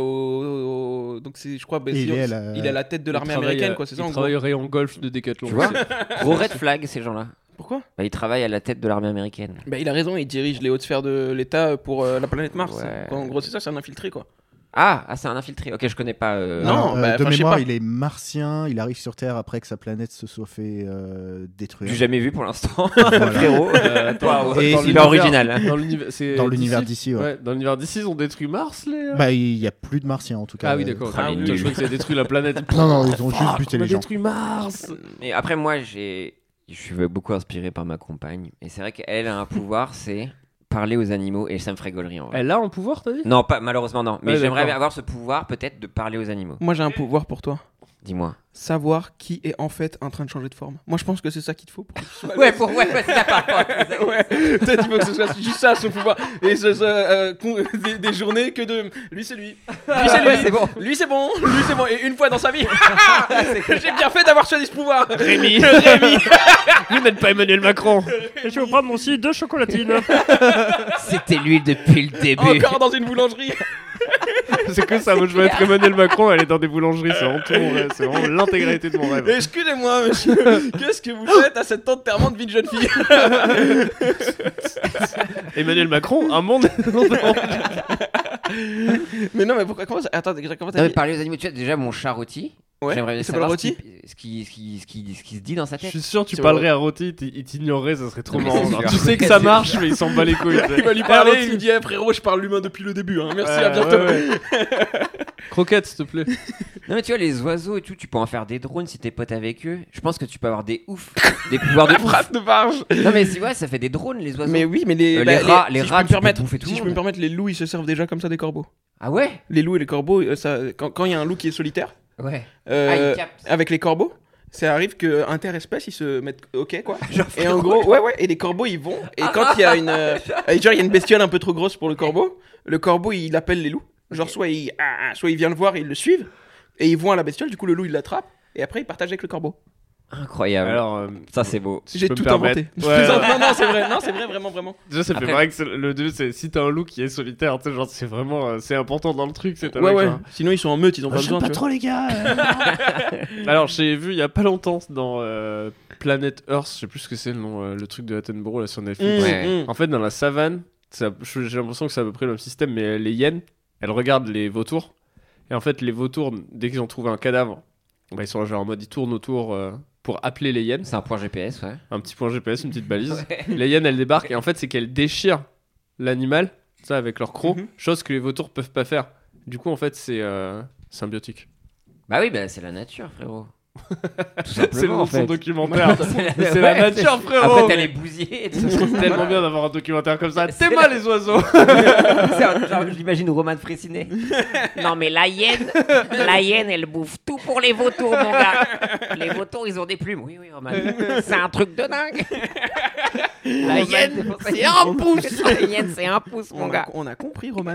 donc c'est, je crois, Et il est à la- il est à la tête de l'armée Il travaille américaine, à- quoi, c'est ça Il en gros. travaille au rayon golf de Decathlon. Tu vois? Gros red flag, ces gens-là. Pourquoi? Bah, ils travaillent à la tête de l'armée américaine. Bah, il a raison, il dirige les hautes sphères de l'État pour la planète Mars. Ouais. En gros, c'est ça, c'est un infiltré, quoi. Ah, c'est un infiltré. Ok, je connais pas. Non, bah, de enfin, je sais mémoire, pas. il est martien. Il arrive sur Terre après que sa planète se soit fait détruire. J'ai jamais vu pour l'instant. Voilà. Frérot. Attends, Et dans il l'univers- est original, hein. Dans l'univers, c'est Dans l'univers DC? d'ici, ouais. Dans l'univers d'ici, ils ont détruit Mars, les. Bah, il y a plus de martiens en tout cas. Ah oui, d'accord. Ah, Ah, les putain, je nuls. crois que ça a détruit la planète. Non, non, ils ont juste Fuck, buté on a les gens. détruit Mars. Et après, moi, je suis beaucoup inspiré par ma compagne. Et c'est vrai qu'elle a un pouvoir, c'est parler aux animaux. Et ça me ferait gaulerie en vrai. Elle a un pouvoir, t'as dit? Non, pas, malheureusement, non. Mais Ouais, j'aimerais d'accord. avoir ce pouvoir, peut-être, de parler aux animaux. Moi, j'ai un pouvoir pour toi. Dis-moi. Savoir qui est en fait en train de changer de forme. Moi, je pense que c'est ça qu'il te faut pour que tu sois. Ouais, c'est ça par rapport. Ouais, peut-être il faut que ce soit juste ça son pouvoir. Et des journées que de. Lui, c'est lui. Lui, c'est lui. Ouais, c'est bon. Lui, c'est bon. Lui, c'est bon. Et une fois dans sa vie, j'ai bien fait d'avoir choisi ce pouvoir. Rémi. Vous n'êtes pas Emmanuel Macron. Je vais prendre aussi 2 chocolatines. C'était lui depuis le début. Encore dans une boulangerie. C'est que ça, moi je veux être Emmanuel Macron, elle est dans des boulangeries, c'est vraiment tout mon rêve, c'est vraiment l'intégralité de mon rêve. Excusez-moi, monsieur. Qu'est-ce que vous faites à cet enterrement de vie de jeune fille? Emmanuel Macron, un monde. Mais non, mais pourquoi? Comment ça? Attends, déjà, comment Non, t'as mais dit? parler aux animaux, tu vois, déjà mon chat rôti. Ouais, J'aimerais il s'appelle savoir Rôti? ce qui se dit dans sa Je tête. suis sûr, tu C'est parlerais à Rôti, il t'ignorerait, ça serait trop Non, mais marrant. c'est Genre, sûr. tu sais que ça marche, mais il s'en bat les couilles. Il va lui parler, il lui dit eh, frérot, je parle l'humain depuis le début. Hein. Merci, à bientôt. Croquette, s'il te plaît. Non, mais tu vois, les oiseaux et tout, tu peux en faire des drones si t'es pote avec eux. Je pense que tu peux avoir des ouf, des pouvoirs de ouf. Phrase de barge. Non, mais c'est vrai, ça fait des drones, les oiseaux. Mais oui, mais les rats, si je rats, peux me tu peux permettre, bouffer tout si le je peux me monde. permettre, les loups ils se servent déjà comme ça des corbeaux. Ah ouais? Les loups et les corbeaux, quand il y a un loup qui est solitaire, Ouais. euh, ils captent. avec les corbeaux, ça arrive que interespèces ils se mettent ok quoi. Genre, Et en gros, ouais, et les corbeaux ils vont. Et quand il y a une, genre il y a une bestiole un peu trop grosse pour le corbeau il appelle les loups. Genre soit il vient le voir et ils le suivent et ils vont à la bestiole. Du coup le loup il l'attrape et après il partage avec le corbeau. Incroyable. Alors, Ça, c'est beau. si J'ai je peux tout me permettre. inventé. Je Ouais, plaisante. ouais. Non, c'est vrai. Non, c'est vrai, vraiment. Déjà, ça fait Après- marrer que le 2, c'est si t'as un loup qui est solitaire, tu sais, genre, c'est vraiment c'est important dans le truc. C'est Ouais. Sinon, ils sont en meute, ils ont pas J'aime besoin. pas tu vois. trop les gars. Alors, j'ai vu il y a pas longtemps dans Planet Earth, je sais plus ce que c'est le nom, le truc de Attenborough là sur Netflix. Ouais. En fait, dans la savane, j'ai l'impression que c'est à peu près le même système, mais les hyènes, elles regardent les vautours. Et en fait, les vautours, dès qu'ils ont trouvé un cadavre, bah, ils sont genre en mode, ils tournent autour pour appeler les hyènes. C'est un point GPS, ouais. Un petit point GPS, une petite balise. Les hyènes, elles débarquent et en fait, c'est qu'elles déchirent l'animal, ça, avec leur croc, chose que les vautours peuvent pas faire. Du coup, en fait, c'est symbiotique. Bah oui, bah c'est la nature, frérot. Tout C'est le simplement, nom en de son fait. documentaire. Mais c'est Ouais, la nature, Après, frérot. t'as les bousiers et tout. Ça serait tellement bien d'avoir un documentaire comme ça. C'est T'aimes les oiseaux. Genre, j'imagine Roman Frécinet. Non, mais la hyène, elle bouffe tout pour les vautours, mon gars. Les vautours, ils ont des plumes. Oui, Roman. C'est un truc de dingue. La hyène, c'est un pouce. La hyène, c'est un pouce, mon gars. On a compris, Roman.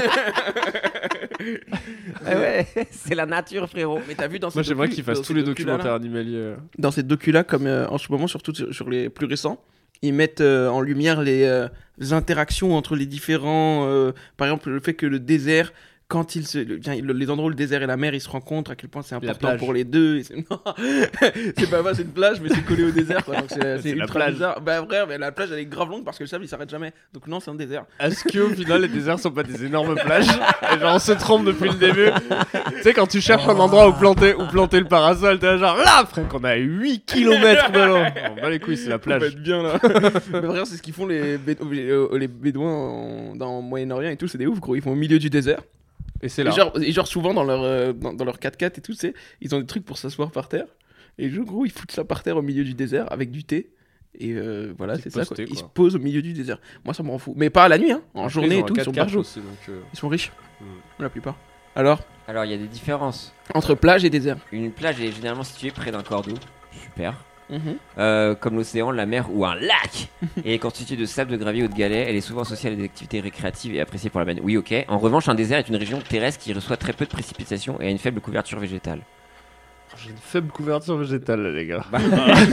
Ah ouais, c'est la nature, frérot. Mais t'as vu dans Moi, ces j'aimerais docu- qu'ils fassent dans tous ces les docus-là, documentaires animaliers. dans ces docus-là, comme en ce moment, surtout sur les plus récents, ils mettent en lumière les interactions entre les différents. Par exemple, le fait que le désert, quand les endroits où le désert et la mer ils se rencontrent, à quel point c'est important plage. pour les deux. Non, c'est pas vrai, c'est une plage, mais c'est collé au désert. Quoi, donc c'est C'est la ultra plage. bizarre. Bah, frère, mais la plage elle est grave longue parce que le sable il s'arrête jamais. Donc, non, c'est un désert. Est-ce qu'au final, les déserts sont pas des énormes plages? Et genre, on se trompe depuis le début. Tu sais, quand tu cherches un endroit où planter le parasol, t'es là genre là, frère, qu'on a 8 km de long. On va les couilles, c'est la On va plage. être bien là. Mais frère, c'est ce qu'ils font les Bédouins dans le Moyen-Orient et tout. C'est des ouf, gros. Ils font au milieu du désert. Et c'est Et là. genre souvent dans leur 4x4 et tout, c'est ils ont des trucs pour s'asseoir par terre. Et gros, ils foutent ça par terre au milieu du désert avec du thé. Et voilà, Petit c'est ça. Quoi. posté, Ils quoi. se posent au milieu du désert. Moi, ça m'en fout. Mais pas à la nuit, hein. En Après, journée et ont tout, un ils sont 4x4 barjots. aussi, donc, Ils sont riches, Mm. la plupart. Alors, Alors, il y a des différences. entre plage et désert. Une plage est généralement située près d'un corps d'eau. Super. Mhm. Comme l'océan, la mer ou un lac. Et est constituée de sable, de gravier ou de galets. Elle est souvent associée à des activités récréatives et appréciée pour la baigne. Oui, ok. En revanche, un désert est une région terrestre qui reçoit très peu de précipitations et a une faible couverture végétale. J'ai une faible couverture végétale, là, les gars. Bah.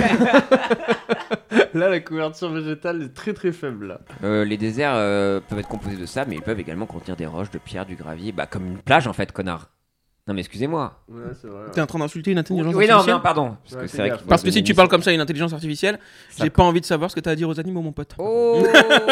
Là, la couverture végétale est très très faible. Là. Les déserts peuvent être composés de sable, mais ils peuvent également contenir des roches, de pierres, du gravier. Bah, comme une plage en fait, connard. Non, mais excusez-moi. Ouais, c'est vrai. T'es en train d'insulter une intelligence Oui, non, artificielle non, pardon. Parce Ouais, que fais c'est vrai gaffe. qu'il faut Parce que donner si tu une parles mission. comme ça à une intelligence artificielle, Ça- j'ai pas envie de savoir ce que t'as à dire aux animaux, mon pote. Oh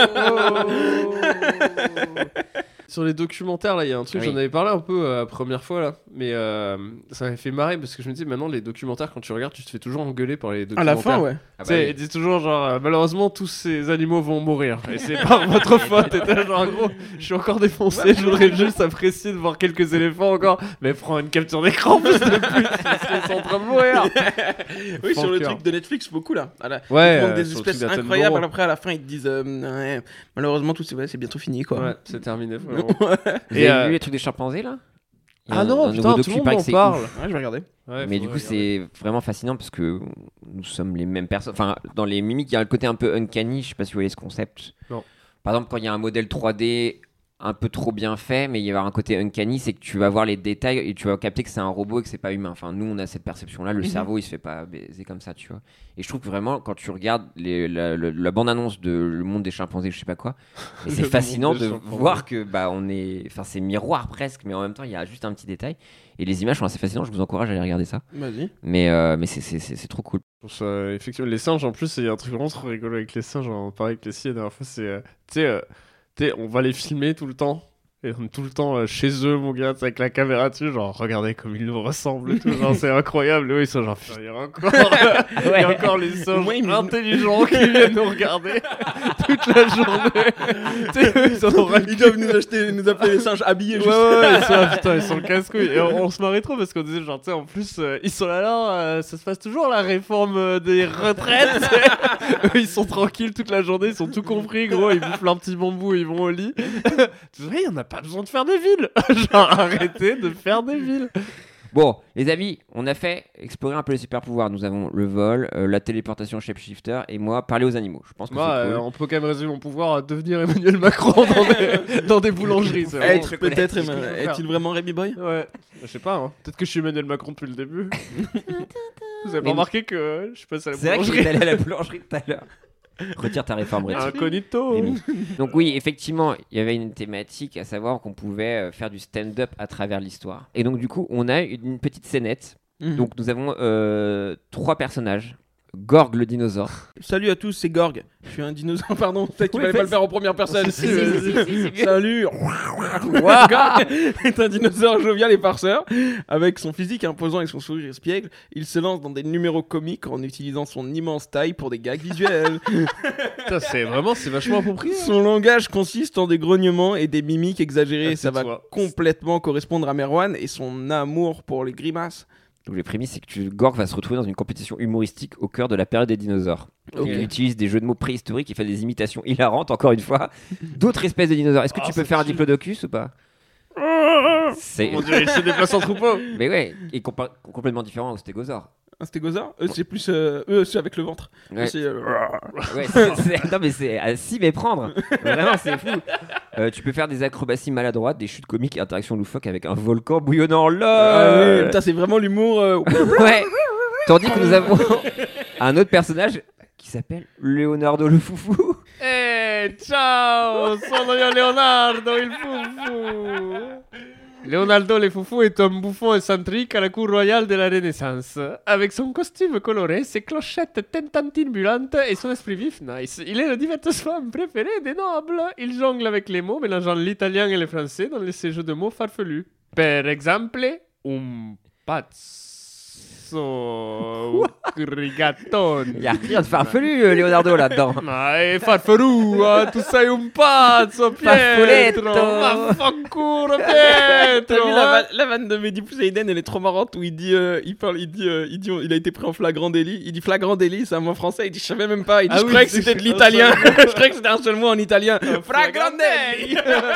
Sur les documentaires, là, il y a un truc, Oui. j'en avais parlé un peu la première fois, là, mais ça m'avait fait marrer parce que je me dis, maintenant, les documentaires, quand tu regardes, tu te fais toujours engueuler par les À documentaires. la fin, ouais. Ah Tu bah sais, oui. ils disent toujours, genre, malheureusement, tous ces animaux vont mourir. Et c'est pas votre faute. Et t'es là, genre, gros, je suis encore défoncé, je voudrais juste apprécier de voir quelques éléphants encore. Mais prends une capture d'écran, parce que plus, parce qu'ils sont en train de mourir. Oui, sur le Funker. truc de Netflix, beaucoup là. Ouais, ils te montrent des sur le espèces truc d'Attenborough. incroyables. Après, à la fin, ils te disent ouais, malheureusement, tout c'est bientôt fini quoi. Ouais, c'est terminé, vraiment. Vous Et, avez vu les trucs des chimpanzés là Il y a Ah un non, nouveau putain, tout docu, le il monde paraît que m'en c'est parle. ouf. Ouais, je vais regarder. Ouais, Mais du faudrait coup, regarder. c'est vraiment fascinant parce que nous sommes les mêmes personnes. Enfin, dans les mimiques, il y a un côté un peu uncanny. Je sais pas si vous voyez ce concept. Non. Par exemple, quand il y a un modèle 3D un peu trop bien fait, mais il y a un côté uncanny, c'est que tu vas voir les détails et tu vas capter que c'est un robot et que c'est pas humain. Enfin, nous, on a cette perception-là. Le cerveau, il se fait pas baiser comme ça, tu vois. Et je trouve que vraiment, quand tu regardes la bande-annonce de Le Monde des chimpanzés, je sais pas quoi, et c'est Le fascinant Monde des de chimpanzés. voir que bah on est, enfin, c'est miroir presque, mais en même temps, il y a juste un petit détail. Et les images sont assez fascinantes. Je vous encourage à aller regarder ça. Vas-y. Mais c'est trop cool. Je trouve ça, effectivement, les singes, en plus, il y a un truc vraiment trop rigolo avec les singes. J'en parlais avec les la dernière fois. C'est, tu sais, on va les filmer tout le temps. Et on est tout le temps chez eux, mon gars, tu sais, avec la caméra dessus. Genre, regardez comme ils nous ressemblent et tout. Genre, c'est incroyable. Et eux, ils sont genre, putain, il y a encore, il y a encore les singes Moi, ils me- intelligents qui viennent nous regarder toute la journée. Tu sais, eux, ils en ont ras le Ils doivent nous appeler les singes habillés. Ouais, juste. ouais, ils sont là, putain, ils sont le casse-couille. Et on se marrait trop parce qu'on disait, genre, tu sais, en plus, ils sont là, alors, ça se passe toujours la réforme des retraites. Eux, ils sont tranquilles toute la journée, ils sont tout compris, gros, ils bouffent leur petit bambou et ils vont au lit. Tu sais, il n'y en a pas besoin de faire des villes. Genre, arrêtez de faire des villes. Bon, les amis, on a fait explorer un peu les super pouvoirs. Nous avons le vol, la téléportation shapeshifter et moi parler aux animaux. Je pense que Moi, c'est cool. on peut quand même résumer mon pouvoir à devenir Emmanuel Macron dans des boulangeries. C'est vraiment- Être peut-être, ce qu'il faut faire. est-il vraiment Rémi Boy? Ouais, je sais pas, hein. Peut-être que je suis Emmanuel Macron depuis le début. Vous avez pas Mais- remarqué que je passe à la C'est vrai que boulangerie. j'étais allé à la boulangerie tout à l'heure. Retire ta réforme, Rémi. Incognito. Rémi. Donc oui, effectivement, il y avait une thématique, à savoir qu'on pouvait faire du stand-up à travers l'histoire. Et donc du coup, on a une petite scénette. Donc nous avons 3 personnages. Gorg le dinosaure. Salut à tous, c'est Gorg. Je suis un dinosaure, pardon. Peut-être qu'il Ouais, fallait pas vas-y. le faire en première personne. Si, Salut. Gorg est un dinosaure jovial et farceur. Avec son physique imposant et son sourire espiègle, il se lance dans des numéros comiques en utilisant son immense taille pour des gags visuels. Putain, c'est vachement approprié. Son langage consiste en des grognements et des mimiques exagérées. Ah, Ça c'est va toi. complètement correspondre à Merwan et son amour pour les grimaces. Donc les prémices, c'est que Gorg va se retrouver dans une compétition humoristique au cœur de la période des dinosaures. Ok. Il utilise des jeux de mots préhistoriques, il fait des imitations hilarantes, encore une fois, d'autres espèces de dinosaures. Est-ce que tu peux faire un diplodocus ou pas? C'est... Mon dieu, il se déplace en troupeau. Mais ouais, et complètement différent au stégosaure. Un stégosaure c'est plus c'est avec le ventre. Ouais. C'est, Ouais, non mais c'est à s'y méprendre. Vraiment, c'est fou. Tu peux faire des acrobaties maladroites, des chutes comiques et interactions loufoques avec un volcan bouillonnant. Ah oui, Lol. putain, c'est vraiment l'humour. Ouais. Tandis que nous avons un autre personnage qui s'appelle Leonardo le foufou. Ciao, sono io Leonardo il foufou. Leonardo le foufou est un bouffon excentrique à la cour royale de la Renaissance. Avec son costume coloré, ses clochettes tentambulantes et son esprit vif nice. Il est le divertissement préféré des nobles. Il jongle avec les mots, mélangeant l'italien et le français dans ses jeux de mots farfelus. Per exemple, un pazzo rigatone. Il y a rien de farfelu, Leonardo, là-dedans. Ma è farfarua, tu sei un pazzo, Farfoletto. Pietro! Vaffanculo, T'as Pietro! vu la vanne de Mehdi Poussaïden, elle est trop marrante où il dit il a été pris en flagrant délit. Il dit flagrant délit, c'est un mot français. Il dit je savais même pas. Il dit Ah je oui, croyais que c'est- c'était de l'italien. Je croyais que c'était un seul mot en italien. Flagrant délit.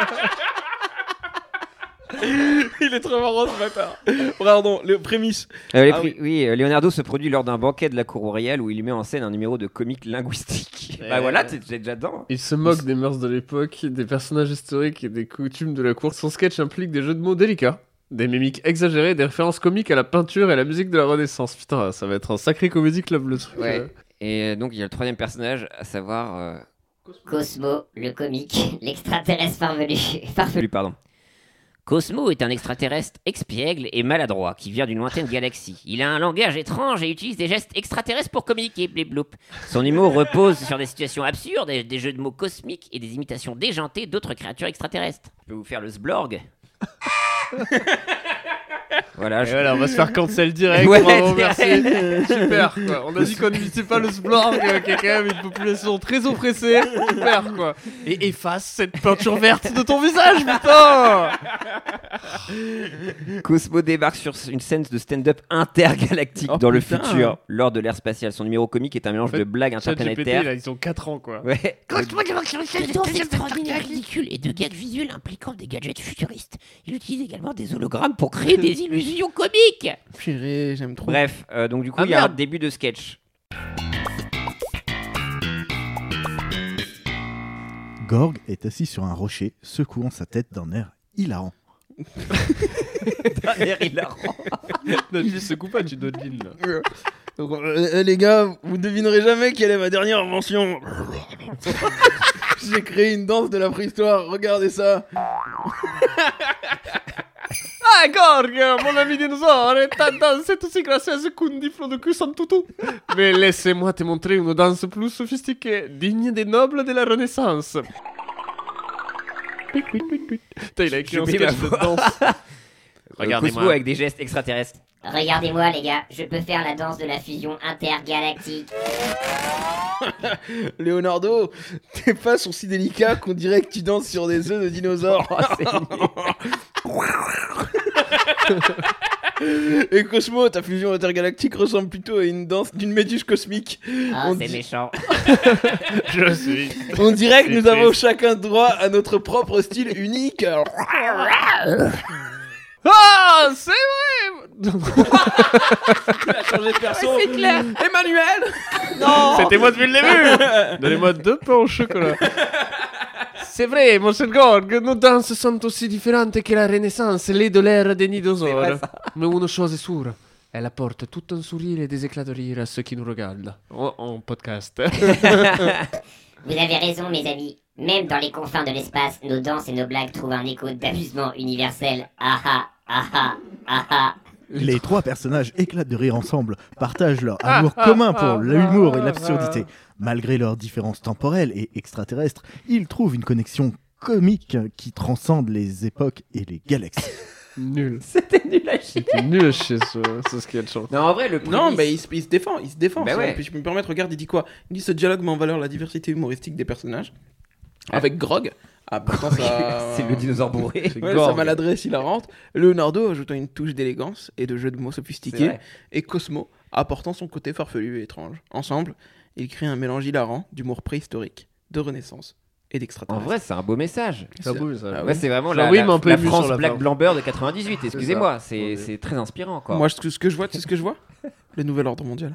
Il est trop marrant ce bâtard. Pardon, les prémices. Oui, Leonardo se produit lors d'un banquet de la cour royale où il met en scène un numéro de comique linguistique. Bah voilà, t'es déjà dedans. Il se moque des mœurs de l'époque, des personnages historiques et des coutumes de la cour. Son sketch implique des jeux de mots délicats, des mimiques exagérées, des références comiques à la peinture et à la musique de la Renaissance. Putain, ça va être un sacré comédie club le truc. Ouais. Et donc il y a le troisième personnage, à savoir... Cosmo, le comique, l'extraterrestre farfelu. Pardon. Cosmo est un extraterrestre expiègle et maladroit qui vient d'une lointaine galaxie. Il a un langage étrange et utilise des gestes extraterrestres pour communiquer, blibloup. Son humour repose sur des situations absurdes, des jeux de mots cosmiques et des imitations déjantées d'autres créatures extraterrestres. Je peux vous faire le sblorg. Voilà, Et voilà, on va se faire cancel direct. Ouais, bravo, direct. merci. Super, quoi. On a dit qu'on n'utilisait pas le sblorg, qui est quand même une population très oppressée. Super, quoi. Et efface cette peinture verte de ton visage, putain. Cosmo débarque sur une scène de stand-up intergalactique Oh, dans le putain. futur, lors de l'ère spatiale. Son numéro comique est un mélange En fait, de blagues ChatGPT, interplanétaires. là, ils ont 4 ans, quoi. Ouais. De danses extraordinaires et ridicules et de gags visuels impliquant des gadgets futuristes. Il utilise également des hologrammes pour créer des illusions comiques. Purée, j'aime trop. Bref, donc du coup, Ah, il y a un merde. début de sketch. Gorg est assis sur un rocher, secouant sa tête d'un air hilarant. Un air hilarant. Notre vie se coupe pas du Dodlin, là. Donc, les gars, vous devinerez jamais quelle est ma dernière invention. J'ai créé une danse de la préhistoire, regardez ça. Ah, Gorg, mon ami dinosaure, ta danse est aussi gracieuse qu'un diflo de cul sans toutou. Mais laissez-moi te montrer une danse plus sophistiquée, digne des nobles de la Renaissance. Putain, il a écrit un J'ai oublié sketch ma de danse. Cosmo Regardez-moi. avec des gestes extraterrestres. Regardez-moi les gars, je peux faire la danse de la fusion intergalactique. Leonardo, tes pas sont si délicats qu'on dirait que tu danses sur des œufs de dinosaures. Oh, c'est Et Cosmo, ta fusion intergalactique ressemble plutôt à une danse d'une méduse cosmique. Oh, On c'est dit- méchant. Je suis. On dirait que C'est nous avons triste. chacun droit à notre propre style unique. Ah, c'est vrai. Il a changé de perso. C'est clair. Emmanuel. Non. C'était moi depuis le début. Donnez-moi 2 pains au chocolat. C'est vrai, mon cher Gorg, nos danses sont aussi différentes que la Renaissance, les de l'ère des C'est vrai, dinosaures. ça. Mais une chose est sûre, Elle apporte tout un sourire et des éclats de rire à ceux qui nous regardent en podcast. Vous avez raison, mes amis. Même dans les confins de l'espace, nos danses et nos blagues trouvent un écho d'amusement universel. Ah ah. Les trois personnages éclatent de rire ensemble, partagent leur amour commun pour l'humour et l'absurdité. Malgré leurs différences temporelles et extraterrestres, ils trouvent une connexion comique qui transcende les époques et les galaxies. Nul. C'était nul à chier. C'était nul à chier ce sketch. Non, en vrai, le Non, prémisse- mais il se défend. Bah ça. ouais. Puis je peux me permettre, regarde, il dit quoi? Il dit ce dialogue met en valeur la diversité humoristique des personnages. Avec Grog. Ah, pourtant, ça... c'est le dinosaure bourré. Ouais, sa maladresse hilarante. Leonardo ajoutant une touche d'élégance et de jeu de mots C'est sophistiqué. vrai. Et Cosmo apportant son côté farfelu et étrange. Ensemble, ils créent un mélange hilarant d'humour préhistorique, de renaissance et En d'extraterrestre. vrai, c'est un beau message. C'est beau, ça. Ah Ouais, c'est vraiment Genre, la, oui, la- mais un peu la ému sur France la Black fin. Blamber de 98. Excusez-moi, ça. c'est Ouais. c'est très inspirant encore. Moi, ce que je vois, tu sais ce que je vois? Le nouvel ordre mondial.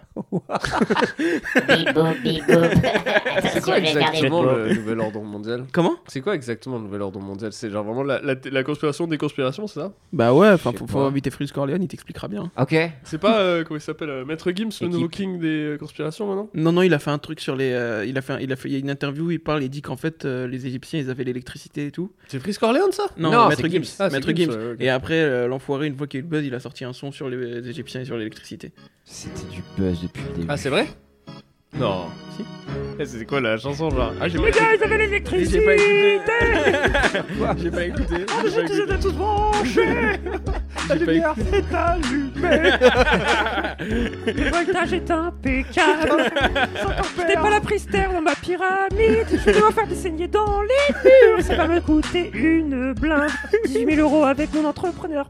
Bip boop, bip boop. C'est Attention, quoi je vais faire des exactement mots. le nouvel ordre mondial? Comment? C'est quoi exactement le nouvel ordre mondial? C'est genre vraiment la conspiration des conspirations, c'est ça? Bah ouais, Je sais faut pas. inviter Frisk Corleone, il t'expliquera bien. Ok. C'est pas, comment il s'appelle, Maître Gims, le Équipe. nouveau king des conspirations maintenant? Non, il a fait un truc sur les. Il y a une interview où il parle, il dit qu'en fait, les Égyptiens, ils avaient l'électricité et tout. C'est Frisk Corleone, ça? Non, Maître c'est Gims. Gims. Ah, c'est Maître Gims, Gims. ouais, ok. Et après, l'enfoiré, une fois qu'il y a eu le buzz, il a sorti un son sur les Égyptiens et sur l'électricité. C'était du buzz depuis le début. Ah, c'est vrai? Non. Si. C'est quoi la chanson, genre? Ah, j'ai Les gars, ils avaient l'électricité. J'ai pas écouté. Ils étaient tous branchés. La J'ai pas lumière est allumée. Le voltage est impeccable. Je n'ai pas la prise terre dans ma pyramide. Je dois faire des saignées dans les murs. Ça va me coûter une blinde. 18 000 € avec mon entrepreneur.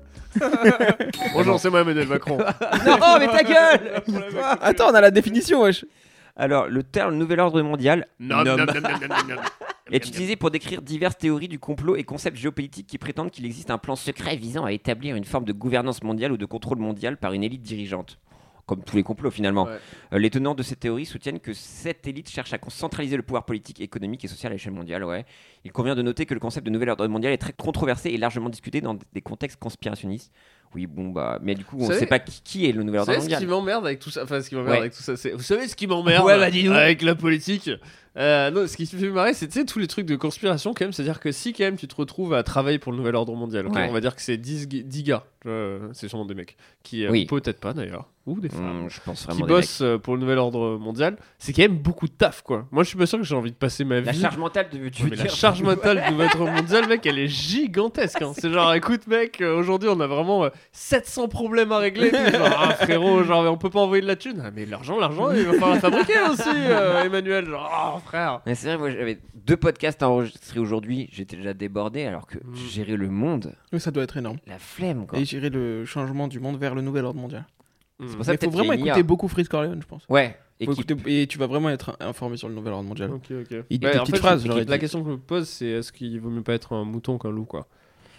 Bonjour, c'est moi, Emmanuel Macron. Non, mais ta gueule. Attends, on a la définition, wesh. Alors, le terme nouvel ordre mondial Non, Nom. non, non, non, non, non, non. est utilisé pour décrire diverses théories du complot et concepts géopolitiques qui prétendent qu'il existe un plan secret visant à établir une forme de gouvernance mondiale ou de contrôle mondial par une élite dirigeante. Comme tous les complots finalement. Ouais. Les tenants de cette théorie soutiennent que cette élite cherche à centraliser le pouvoir politique, économique et social à l'échelle mondiale. Ouais. Il convient de noter que le concept de nouvel ordre mondial est très controversé et largement discuté dans des contextes conspirationnistes. Oui, bon, bah, mais du coup, on Vous ne savez- sait pas qui est le nouvel Vous ordre savez ce qui mondial. m'emmerde avec tout ça? Enfin, ce qui m'emmerde Ouais. avec tout ça, c'est. Vous savez ce qui m'emmerde Ouais, bah, dis-nous. avec la politique? Non, ce qui me fait marrer, c'est tu sais, tous les trucs de conspiration, quand même. C'est-à-dire que si, quand même, tu te retrouves à travailler pour le nouvel ordre mondial, ok, Ouais. on va dire que c'est 10 gars, c'est sûrement des mecs, qui Oui. peut-être pas d'ailleurs, ou des femmes. Je pense Qui vraiment des bossent pour le nouvel ordre mondial, c'est quand même beaucoup de taf, quoi. Moi, je suis pas sûr que j'ai envie de passer ma mecs. La vie. charge mentale, tu Ouais, veux mais dire la charge mentale du nouvel ordre mondial, mec, elle est gigantesque. Hein. C'est genre, écoute, mec, aujourd'hui, on a vraiment 700 problèmes à régler. Puis genre, ah, frérot, genre, on peut pas envoyer de la thune. Ah, mais l'argent, il va falloir la fabriquer aussi, Emmanuel. Genre, oh, frère. Mais c'est vrai, moi j'avais 2 podcasts à enregistrer aujourd'hui, j'étais déjà débordé alors que gérer le monde, Oui, ça doit être énorme. la flemme quoi. Et gérer le changement du monde vers le nouvel ordre mondial. C'est pour ça Mais peut-être faut vraiment qu'il y a une écouter IA. beaucoup Frisk Corleone, je pense. Ouais, Faut équipe. écouter- et tu vas vraiment être informé sur le nouvel ordre mondial. Ok. Il dit Ouais, des en petites fait, phrases, la j'aurais dit. question que je me pose, c'est est-ce qu'il vaut mieux pas être un mouton qu'un loup, quoi.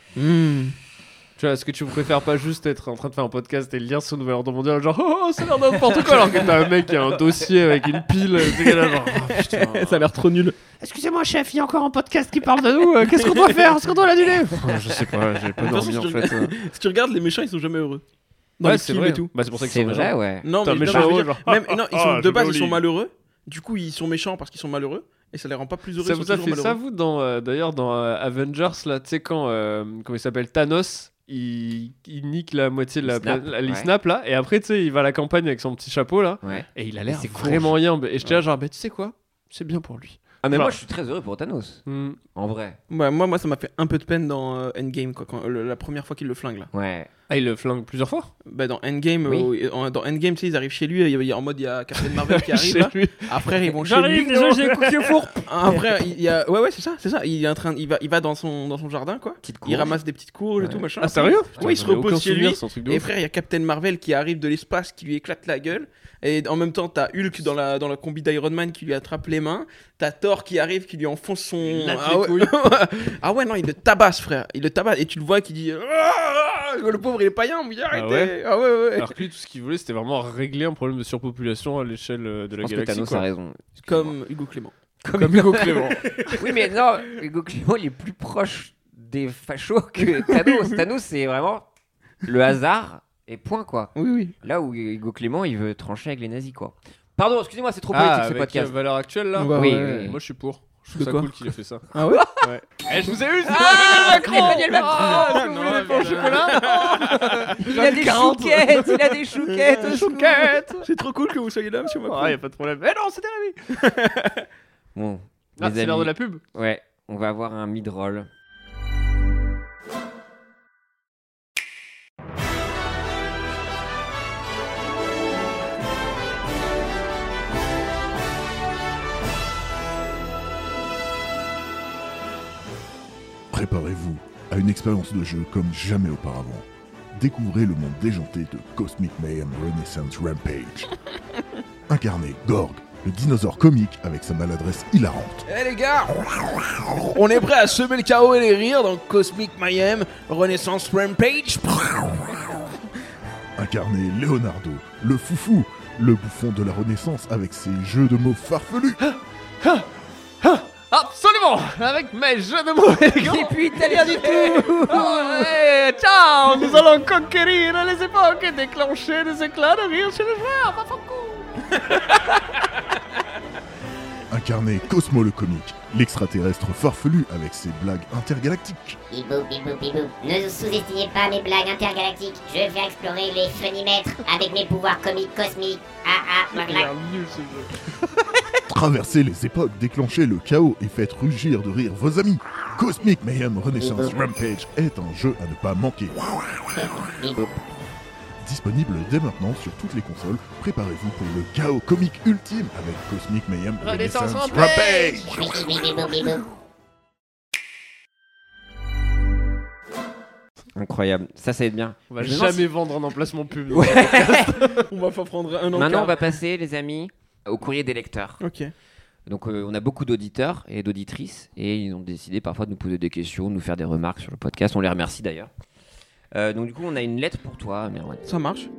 Hmm. Tu vois, est-ce que tu préfères pas juste être en train de faire un podcast et lire ce nouvel ordre mondial, genre, oh, ça a l'air n'importe quoi, alors que t'as un mec qui a un dossier avec une pile, tu sais, là, genre, oh, putain. Ça a l'air trop nul. Excusez-moi, chef, il y a encore un podcast qui parle de nous. Qu'est-ce qu'on doit faire? Est-ce qu'on doit l'annuler? Je sais pas, j'ai pas De toute dormi en façon, fait. Si tu regardes, les méchants, ils sont jamais heureux. Dans Ouais, les c'est films vrai. et tout. Bah, c'est pour ça qu'ils C'est sont vrai, méchants. ouais. Non, T'as mais, un méchant non, mais je veux heureux, dire, genre, même, non, ils sont, je de base, vais au ils sont lit. malheureux. Du coup, ils sont méchants parce qu'ils sont malheureux. Et ça les rend pas plus heureux. Ça ils sont vous a toujours fait ça, malheureux. vous, d'ailleurs, dans Avengers, là, tu sais, quand, comment il s'appelle, Thanos, il nique la moitié de la Snap, planète, il ouais. snap, là, et après, tu sais, il va à la campagne avec son petit chapeau, là, Ouais. et il a l'air c'est vraiment rien. Et j'étais là, genre, bah, tu sais quoi? C'est bien pour lui. Ah mais Enfin, moi je suis très heureux pour Thanos, hmm. en vrai. Ouais, moi, ça m'a fait un peu de peine dans Endgame, quoi, quand, la première fois qu'il le flingue, là. Ouais. Ah, il le flingue plusieurs fois? Bah, dans Endgame, Oui. dans Endgame, tu sais, ils arrivent chez lui, en mode, il y a Captain Marvel qui arrive, Chez là. lui. Après, ils vont chez J'arrive, lui. déjà, j'ai un cookie au four. Après, il y a... Ouais, c'est ça. Il est en train... il va dans son jardin, quoi. Petite Il courge. ramasse des petites courges et Ouais. tout, machin. Ah, sérieux? Oui, il se J'en ai repose aucun chez souvenir, lui. c'est un truc de Et ouf. frère, il y a Captain Marvel qui arrive de l'espace, qui lui éclate la gueule. Et en même temps, t'as Hulk dans la combi d'Iron Man qui lui attrape les mains. T'as Thor qui arrive, qui lui enfonce son. latte Ah les ouais. couilles. Ah ouais, non, il le tabasse, frère. Il le tabasse. Et tu le vois qui dit. Ah, le pauvre, il est païen, mais arrêtez. ouais Ah ouais. Alors que lui, tout ce qu'il voulait, c'était vraiment régler un problème de surpopulation à l'échelle de Je la pense que galaxie. Thanos quoi. a raison. Comme Hugo Clément. Comme Hugo Clément. Oui mais non, Hugo Clément il est plus proche des fachos que Thanos. Thanos c'est vraiment le hasard Et point, quoi. Oui, oui. Là où Hugo Clément, il veut trancher avec les nazis, quoi. Pardon, excusez-moi, c'est trop politique ce avec podcast. valeur actuelle là. Ouais, Oui, ouais. oui. Moi je suis pour. Je De trouve ça quoi cool qu'il ait fait ça. Ah ouais? Ouais. Eh, je vous ai eu. Emmanuel Macron. Vous voulez des pains au chocolat? Il a des chouquettes, il a des chouquettes. Chouquette. C'est trop cool que vous soyez là, monsieur Macron. Ah, y a pas de problème. Eh non, c'était Rémi. Bon, Ah, les c'est l'heure amis, de la pub. ouais, on va avoir un mid-roll. Préparez-vous à une expérience de jeu comme jamais auparavant. Découvrez le monde déjanté de Cosmic Mayhem Renaissance Rampage. Incarnez Gorg, le dinosaure comique avec sa maladresse hilarante. Eh les gars, on est prêt à semer le chaos et les rires dans Cosmic Mayhem Renaissance Rampage. Incarnez Leonardo, le foufou, le bouffon de la Renaissance avec ses jeux de mots farfelus. Absolument. Avec mes jeux de mots élégants. Et puis italien du tout. Ouais, ciao. Nous allons conquérir les époques et déclencher des éclats de rire chez les joueurs. Pas beaucoup. Incarnez Cosmo le comique, l'extraterrestre farfelu avec ses blagues intergalactiques. Bibou, bibou, bibou. Ne sous-estimez pas mes blagues intergalactiques. Je vais explorer les funimètres avec mes pouvoirs comiques cosmiques. Il a Maglac. l'air nul ce jeu. Traversez les époques, déclenchez le chaos et faites rugir de rire vos amis. Cosmic Mayhem Renaissance Rampage est un jeu à ne pas manquer. Bibou. Disponible dès maintenant sur toutes les consoles, préparez-vous pour le chaos comique ultime avec Cosmic Mayhem Renaissance Renaissance Rampage. Rampage. Bibou, bibou. Incroyable, ça va être bien. On va Je me demande jamais vendre un emplacement pub. Ouais. On va pas prendre un an. Maintenant, on va passer, les amis, au courrier des lecteurs. Ok. Donc, on a beaucoup d'auditeurs et d'auditrices et ils ont décidé parfois de nous poser des questions, de nous faire des remarques sur le podcast. On les remercie d'ailleurs. Donc, du coup, on a une lettre pour toi, Merwan. Ça marche.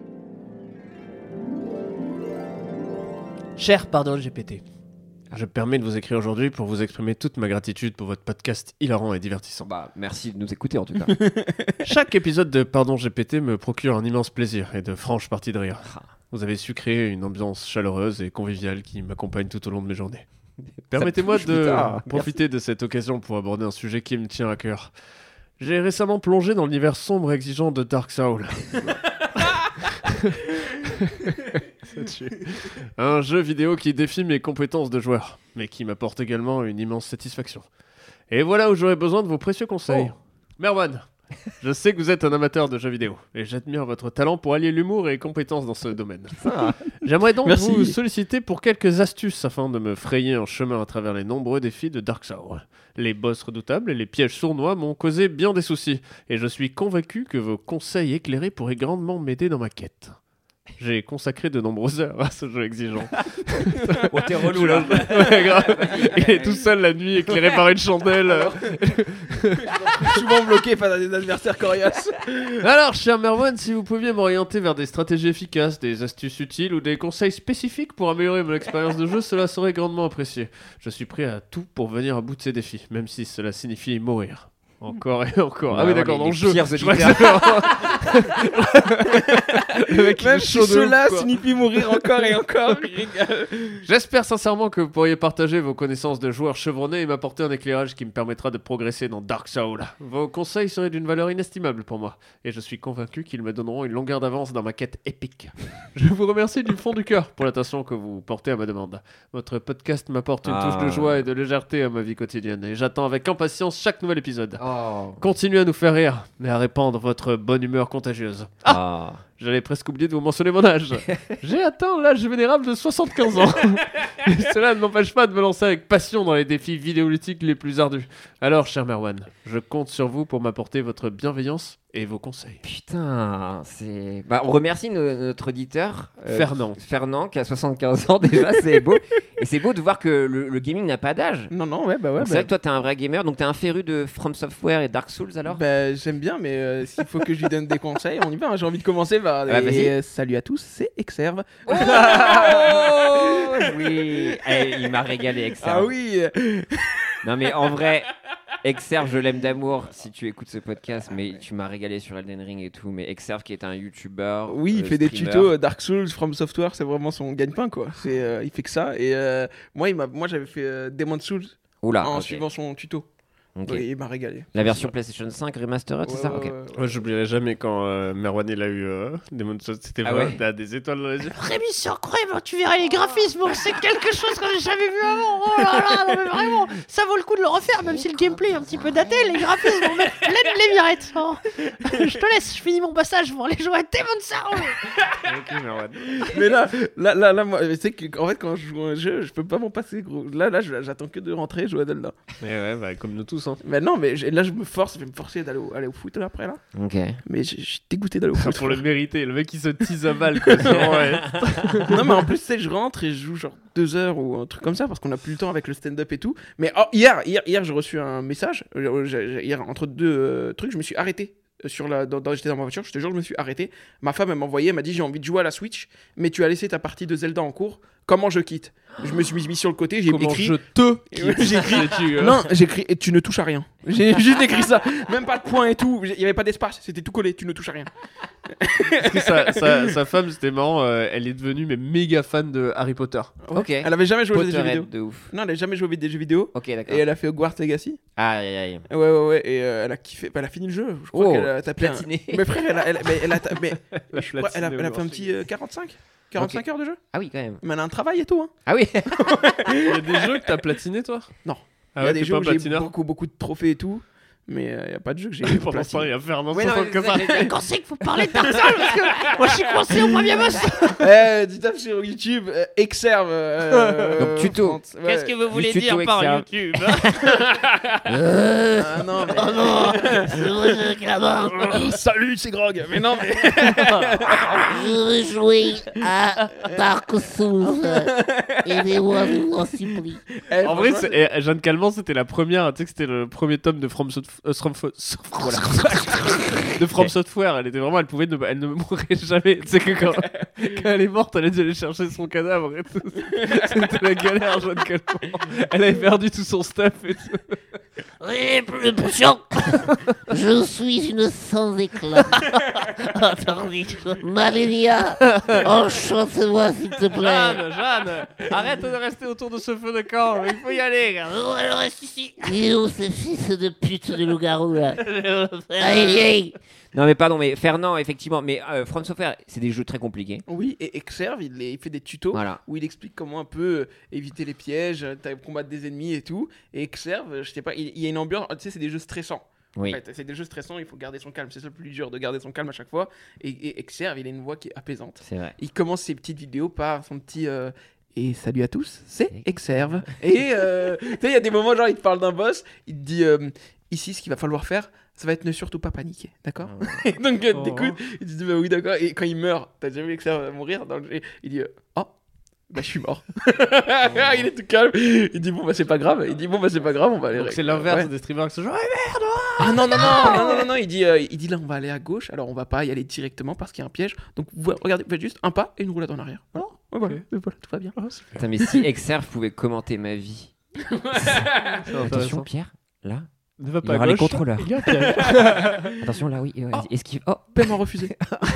Cher Pardon GPT, je me permets de vous écrire aujourd'hui pour vous exprimer toute ma gratitude pour votre podcast hilarant et divertissant. Bah, merci de nous écouter en tout cas. Chaque épisode de Pardon GPT me procure un immense plaisir et de franches parties de rire. Vous avez su créer une ambiance chaleureuse et conviviale qui m'accompagne tout au long de mes journées. Permettez-moi touche, de putain. profiter de cette occasion pour aborder un sujet qui me tient à cœur. J'ai récemment plongé dans l'univers sombre et exigeant de Dark Souls. Ça tue. Un jeu vidéo qui défie mes compétences de joueur, mais qui m'apporte également une immense satisfaction. Et voilà où j'aurais besoin de vos précieux conseils. Merwan, je sais que vous êtes un amateur de jeux vidéo, et j'admire votre talent pour allier l'humour et les compétences dans ce domaine. J'aimerais donc Merci. vous solliciter pour quelques astuces afin de me frayer un chemin à travers les nombreux défis de Dark Souls. Les boss redoutables et les pièges sournois m'ont causé bien des soucis, et je suis convaincu que vos conseils éclairés pourraient grandement m'aider dans ma quête. J'ai consacré de nombreuses heures à ce jeu exigeant. Oh, t'es relou là. Ouais, grave. Il est tout seul la nuit, éclairé par une chandelle. Souvent bloqué face à des adversaires coriaces. Alors, cher Merwan, si vous pouviez m'orienter vers des stratégies efficaces, des astuces utiles ou des conseils spécifiques pour améliorer mon expérience de jeu, cela serait grandement apprécié. Je suis prêt à tout pour venir à bout de ces défis, même si cela signifie mourir. Encore et encore. Ah oui, d'accord, dans le jeu. Pires Je crois que auditeurs. c'est- Le mec, il Même est si chaud de cela ouf, quoi. signifie mourir encore et encore. il rigole. J'espère sincèrement que vous pourriez partager vos connaissances de joueurs chevronnés et m'apporter un éclairage qui me permettra de progresser dans Dark Souls. Vos conseils seraient d'une valeur inestimable pour moi, et je suis convaincu qu'ils me donneront une longueur d'avance dans ma quête épique. Je vous remercie du fond du cœur pour l'attention que vous portez à ma demande. Votre podcast m'apporte une touche de joie et de légèreté à ma vie quotidienne, et j'attends avec impatience chaque nouvel épisode. Oh. Continuez à nous faire rire, mais à répandre votre bonne humeur contagieuse. Ah. J'avais presque oublié de vous mentionner mon âge. J'ai atteint l'âge vénérable de 75 ans. Et cela ne m'empêche pas de me lancer avec passion dans les défis vidéoludiques les plus ardus. Alors, cher Merwan, je compte sur vous pour m'apporter votre bienveillance et vos conseils. Putain, c'est. Bah, on remercie notre auditeur Fernand qui a 75 ans déjà, c'est beau. Et c'est beau de voir que le gaming n'a pas d'âge. Non, non, ouais, bah ouais. Donc, c'est vrai que toi, t'es un vrai gamer, donc t'es un féru de From Software et Dark Souls alors. Bah, j'aime bien, mais s'il faut que je lui donne des conseils, on y va. Hein. J'ai envie de commencer par. Ouais, vas-y. Salut à tous, c'est Exerve. Oh oui, il m'a régalé avec ça. Ah oui. Non, mais en vrai, Exerve, je l'aime d'amour si tu écoutes ce podcast, mais tu m'as régalé sur Elden Ring et tout. Mais Exerve, qui est un YouTuber. Oui, il fait des streamer. tutos Dark Souls, From Software, c'est vraiment son gagne-pain quoi. Il fait que ça. Et moi j'avais fait Demon's Souls Oula, en ok. suivant son tuto. Ok. Oui, il m'a régalé. La version PlayStation 5 remastered, c'est ça? Ok. Moi, j'oublierai jamais quand Merwan il a eu Demon's Souls. C'était Ah vraiment ouais. t'as des étoiles dans les yeux. Rémi c'est incroyable, tu verrais les graphismes, c'est quelque chose que j'ai jamais vu avant. Oh là là, non, mais vraiment, ça vaut le coup de le refaire, même si le gameplay est un petit peu daté, les graphismes vont mettre plein de les mirettes. Oh. Je te laisse, je finis mon passage pour aller jouer à Demon's Souls. Ok, Merwan. Mais là, moi, tu sais qu'en fait, quand je joue à un jeu, je peux pas m'en passer, gros. Là, j'attends que de rentrer et jouer à Zelda. Mais ouais, bah, comme nous tous. Hein. Mais non, mais là, je vais me forcer aller au foot après, là. Ok. Mais je suis dégoûté d'aller au foot. Pour le mériter, le mec il se tease à balle quoi. C'est vraiment, ouais. Non, mais en plus, tu sais, je rentre et je joue genre 2 heures ou un truc comme ça parce qu'on a plus le temps avec le stand-up et tout. Mais hier, j'ai reçu un message. Hier, entre deux trucs, je me suis arrêté. J'étais dans ma voiture, je te jure, je me suis arrêté. Ma femme, elle m'a dit j'ai envie de jouer à la Switch, mais tu as laissé ta partie de Zelda en cours. Comment je quitte? Je me suis mis sur le côté, j'ai Comment écrit. je te J'ai écrit. Non, j'ai écrit et tu ne touches à rien. J'ai juste écrit ça, même pas de point et tout. Il y avait pas d'espace, c'était tout collé. Tu ne touches à rien. Parce que sa femme, c'était marrant, elle est devenue mais méga fan de Harry Potter. Ok. Elle avait jamais joué aux jeux Potterhead vidéo. de ouf. Non, elle a jamais joué à des jeux vidéo. Ok, d'accord. Et elle a fait Hogwarts Legacy. Aïe, aïe, aïe. Ouais. Et elle a kiffé. Elle a fini le jeu. Je crois Oh, qu'elle a tapé platiné. Mais frère, elle a fait Platiné un petit 45 heures de jeu. Ah oui, quand même. Mais elle a un travail et tout. Hein. Ah oui. Il y a des jeux que t'as platiné toi? Non. Ah Il y ouais, a des t'es jeux pas où j'ai platineur. beaucoup de trophées et tout. Mais il n'y a pas de jeu que j'ai Pendant ce temps, platiné. il va faire un Ouais, non, comme ça. Quand c'est qu'il faut parler de Dark Souls, parce que moi je suis coincé au premier boss. Tu tapes sur YouTube, Exerve. Donc, tuto. France. Ouais. Qu'est-ce que vous voulez tuto dire par Exerve. YouTube? Ah non, mais. Oh non, c'est vrai, j'ai là-bas. Oh, salut, c'est Grog. Mais non, mais. Je vais jouer à Dark Souls. Aidez-moi, je vous en supplie. Eh, En vrai, franchement, Jeanne Calment, c'était la première. Tu sais que c'était le premier tome de From Software. Elle était vraiment, elle ne mourrait jamais. Tu sais que quand elle est morte, elle a dû aller chercher son cadavre et tout. C'était la galère, Jeanne Calment. Elle avait perdu tout son stuff et tout. Oui, plus de potion. Je suis une sans éclat. Attendez, Malénia, enchante-moi s'il te plaît. Jeanne, arrête de rester autour de ce feu de camp. Il faut y aller, gars. Oh, elle reste ici. Il est où ce fils de pute de loup-garou là? Aïe, aïe. Non, mais pardon, mais Fernand, effectivement. Mais From Software, c'est des jeux très compliqués. Oui, et Exerve, il fait des tutos Voilà. où il explique comment un peu éviter les pièges, combattre des ennemis et tout. Et Exerve, je sais pas, il y a une ambiance, tu sais, c'est des jeux stressants. Oui. En fait, c'est des jeux stressants, il faut garder son calme. C'est ça le plus dur, de garder son calme à chaque fois. Et Exerve, il a une voix qui est apaisante. C'est vrai. Il commence ses petites vidéos par son petit et salut à tous, c'est Exerve. Et tu sais, il y a des moments genre il te parle d'un boss, il te dit ici ce qu'il va falloir faire, ça va être ne surtout pas paniquer, d'accord? Et donc t'écoutes, il te dit bah oui d'accord. Et quand il meurt, t'as déjà vu Exerve mourir dans le jeu, il dit oh bah je suis mort. Il est tout calme. Il dit bon bah c'est pas grave. Il dit bon bah c'est pas grave, on va aller. Donc c'est l'inverse Ouais. des streamers qui se jouent. Ah non, il dit là on va aller à gauche, alors on va pas y aller directement parce qu'il y a un piège. Donc regardez, vous faites juste un pas et une roulade en arrière. Voilà. Ouais, voilà. Ok. Et voilà, tout va bien. Putain, mais si Exerve pouvait commenter ma vie. Attention, Pierre, là. Ne va Il y pas à aura les gauche. contrôleurs. Il y a un piège. Attention, là, oui. Oh. Vas-y, esquive. Oh, Paiement refusé.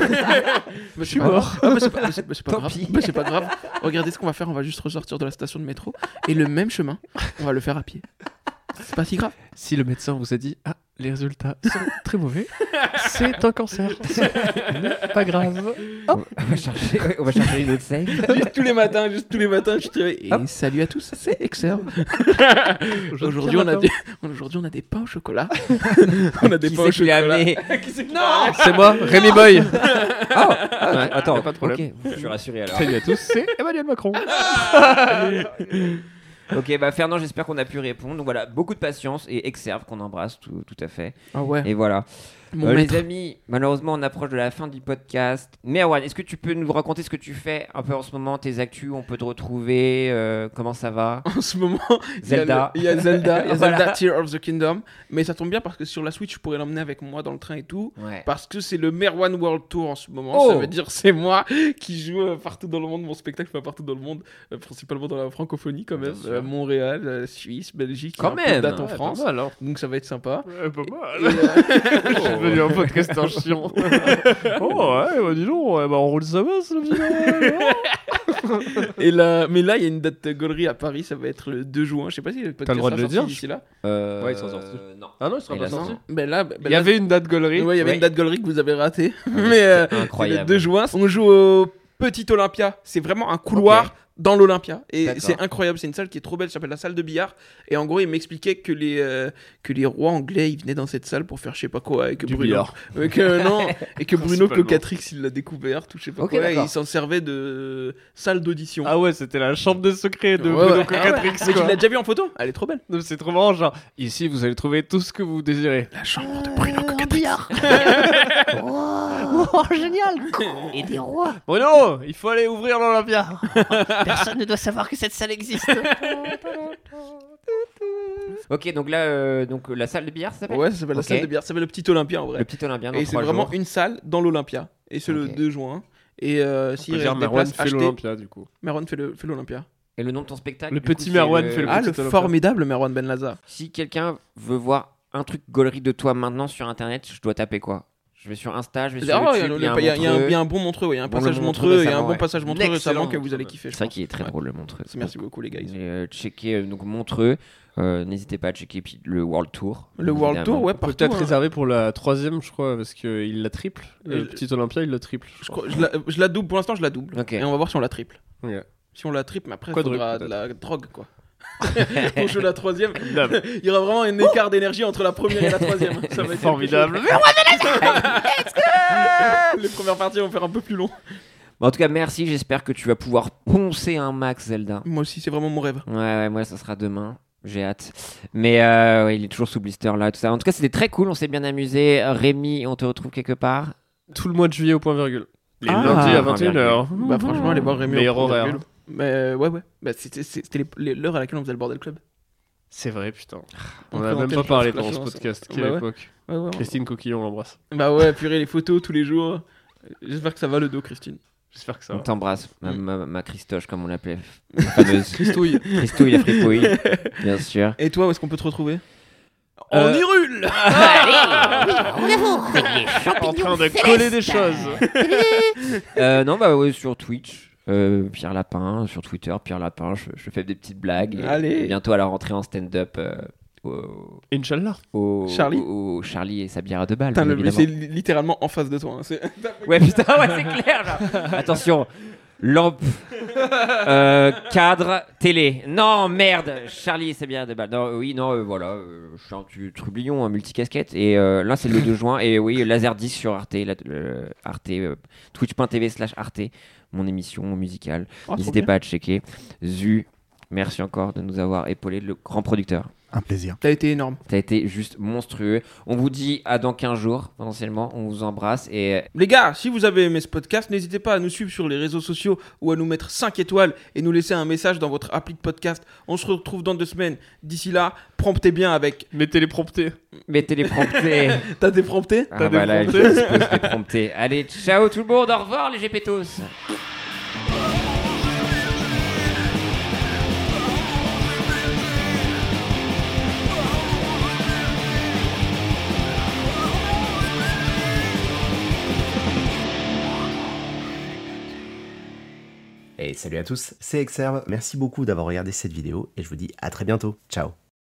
Je suis mort. Ah, mais c'est pas Tant grave. pis. Mais c'est pas grave. Regardez ce qu'on va faire, on va juste ressortir de la station de métro et le même chemin, on va le faire à pied. C'est pas si grave. Si le médecin vous a dit ah les résultats sont très mauvais, c'est un cancer. Ce n'est pas grave. on va chercher une autre save. Juste tous les matins, je te réveille. Et salut à tous, c'est Exerve. Aujourd'hui, on a des pains au chocolat. On a des Qui pains au c'est qui l'a chocolat. amené? Non, C'est moi, Rémi Boy. Attends, y a pas de problème. Ok, je suis rassuré alors. Salut à tous, c'est Emmanuel Macron. Ok, bah Fernand, j'espère qu'on a pu répondre. Donc voilà, beaucoup de patience et Exerve qu'on embrasse tout à fait. Ah ouais. Et voilà. Les amis, malheureusement, on approche de la fin du podcast. Merwan, est-ce que tu peux nous raconter ce que tu fais un peu en ce moment, tes actus, on peut te retrouver, comment ça va? En ce moment, Zelda. il y a Zelda, Voilà. Zelda Tears of the Kingdom. Mais ça tombe bien parce que sur la Switch, je pourrais l'emmener avec moi dans le train et tout. Ouais. Parce que c'est le Merwan World Tour en ce moment. Oh. Ça veut dire c'est moi qui joue partout dans le monde. Mon spectacle va partout dans le monde, principalement dans la francophonie quand même. Bien sûr. Montréal, Suisse, Belgique. Quand il y a un peu de même. dates en Ouais, France. pas mal, hein. Donc ça va être sympa. Pas mal. Et, Je suis devenu un podcasteur chiant. Oh ouais, bah dis donc, ouais, bah on roule sa bosse, le petit. Et là, mais là, il y a une date gaulerie à Paris. Ça va être le 2 juin. Je sais pas si le podcast T'as le droit de sera le sorti dire d'ici là. Ouais, ils sont sortis. Non. Ah non, il sera Il pas a sorti. Ben là, Il y avait une date gaulerie. Ouais, il y avait Ouais. une date gaulerie que vous avez ratée. Mais Incroyable. c'est le 2 juin. On joue au Petit Olympia. C'est vraiment un couloir dans l'Olympia. Et D'accord. c'est incroyable. C'est une salle qui est trop belle. Ça s'appelle la salle de billard. Et en gros, il m'expliquait que les rois anglais, ils venaient dans cette salle pour faire je sais pas quoi. Et que Du Bruno, billard. non, et que Bruno Principalement. Cocatrix, il l'a découvert. Tout je sais pas Ok, quoi. Et d'accord. il s'en servait de salle d'audition. Ah ouais, c'était la chambre des secrets de Ouais, Bruno ouais. Cocatrix. Mais tu quoi. l'as déjà vu en photo? Elle est trop belle. Non, c'est trop marrant, genre, ici vous allez trouver tout ce que vous désirez. La chambre de Bruno Un Cocatrix. billard. Oh, génial. Et des rois. Bruno, il faut aller ouvrir l'Olympia. Personne ne doit savoir que cette salle existe. Ok, donc là, donc la salle de billard, ça s'appelle? Ouais, ça s'appelle la Ok. salle de billard. Ça s'appelle le Petit Olympia en vrai. Le petit Olympien dans Et c'est 3 vraiment jours. une salle dans l'Olympia. Et c'est le Ok. 2 juin. Et si On peut dire Merwan fait l'Olympia du coup. Merwan fait l'Olympia. Et le nom de ton spectacle? Le du coup, petit c'est Merwan fait le Ah, Petit le Olympia. formidable Merwan Ben Lazar. Si quelqu'un veut voir un truc gaulerie de toi maintenant sur internet, je dois taper quoi? Je vais sur Insta, je vais sur Ah, YouTube, il y a Montreux. un bon Montreux, ouais, il y a un Bon, passage le Montreux, Montreux il y a un récemment, bon ouais. passage Montreux L'excellent récemment que vous allez Montreux. kiffer. je C'est ça pense. qui est très Ouais. drôle le Montreux. Merci beaucoup les gars. Checker donc Montreux. N'hésitez pas à checker puis le World Tour. Le World évidemment. Tour, ouais, On peut partout. peut-être hein. réserver pour la 3ème, je crois, parce qu'il la triple. Le Petit Olympia, il le triple. Je crois- je la double, pour l'instant je la double. Ok. Et on va voir si on la triple. Ouais. Si on la triple, mais après il Quadruple, faudra de peut-être. la drogue quoi. Pour jouer la 3ème, Dame. il y aura vraiment un écart d'énergie entre la première et la 3ème. Ça va être Formidable. Les premières parties vont faire un peu plus long. Bon, en tout cas, merci. J'espère que tu vas pouvoir poncer un max Zelda. Moi aussi, c'est vraiment mon rêve. Ouais, moi, ça sera demain. J'ai hâte. Mais ouais, il est toujours sous blister là, tout ça. En tout cas, c'était très cool. On s'est bien amusé. Rémi, on te retrouve quelque part. Tout le mois de juillet au point virgule. Les Ah, lundis à point 21h. Bah franchement, allez voir Rémi. Meilleur au point horaire. virgule. Mais ouais. Bah, c'était l'heure à laquelle on faisait le bordel club. C'est vrai, putain. On On n'a même présentait pas le parlé Flash pendant ce Lance. podcast. Bah Quelle ouais. époque. Ouais. Christine Coquillon, on l'embrasse. Bah ouais, purée, les photos tous les jours. J'espère que ça va le dos, Christine. J'espère que ça On va. t'embrasse. Ma Christoche, comme on l'appelait. La fameuse Christouille. Christouille, la fripouille. Bien sûr. Et toi, où est-ce qu'on peut te retrouver Euh, En Hyrule. En train de coller des choses. Non, bah ouais, sur Twitch. Pierre Lapin, sur Twitter, Pierre Lapin, je fais des petites blagues. Et Allez. bientôt à la rentrée en stand-up Inch'Allah. au Charlie. au Charlie et sa bière à 2 balles. Putain, bien mais c'est évidemment. littéralement en face de toi. Hein. C'est- Ouais, putain, ouais, c'est clair. Là. Attention, lampe, cadre, télé. Non, merde, Charlie et sa bière à 2 balles. Non, oui, non, voilà, je suis un petit trublion, un multicasquette. Et là, c'est le 2 juin. Et oui, Laserdisc sur Arte, Arte, twitch.tv/Arte, mon émission musicale. Oh, N'hésitez trop pas à checker. Zu, merci encore de nous avoir épaulé, le grand producteur. Un plaisir. T'as été énorme. T'as été juste monstrueux. On vous dit à dans 15 jours, potentiellement. On vous embrasse et Les gars, si vous avez aimé ce podcast, n'hésitez pas à nous suivre sur les réseaux sociaux ou à nous mettre 5 étoiles et nous laisser un message dans votre appli de podcast. On se retrouve dans 2 semaines. D'ici là, promptez bien avec... Mettez-les promptés. mettez les promptés. T'as des promptés Ah bah là, je dispose des promptés. Allez, ciao tout le monde. Au revoir les GPTos. Et salut à tous, c'est Exerve, merci beaucoup d'avoir regardé cette vidéo et je vous dis à très bientôt, ciao.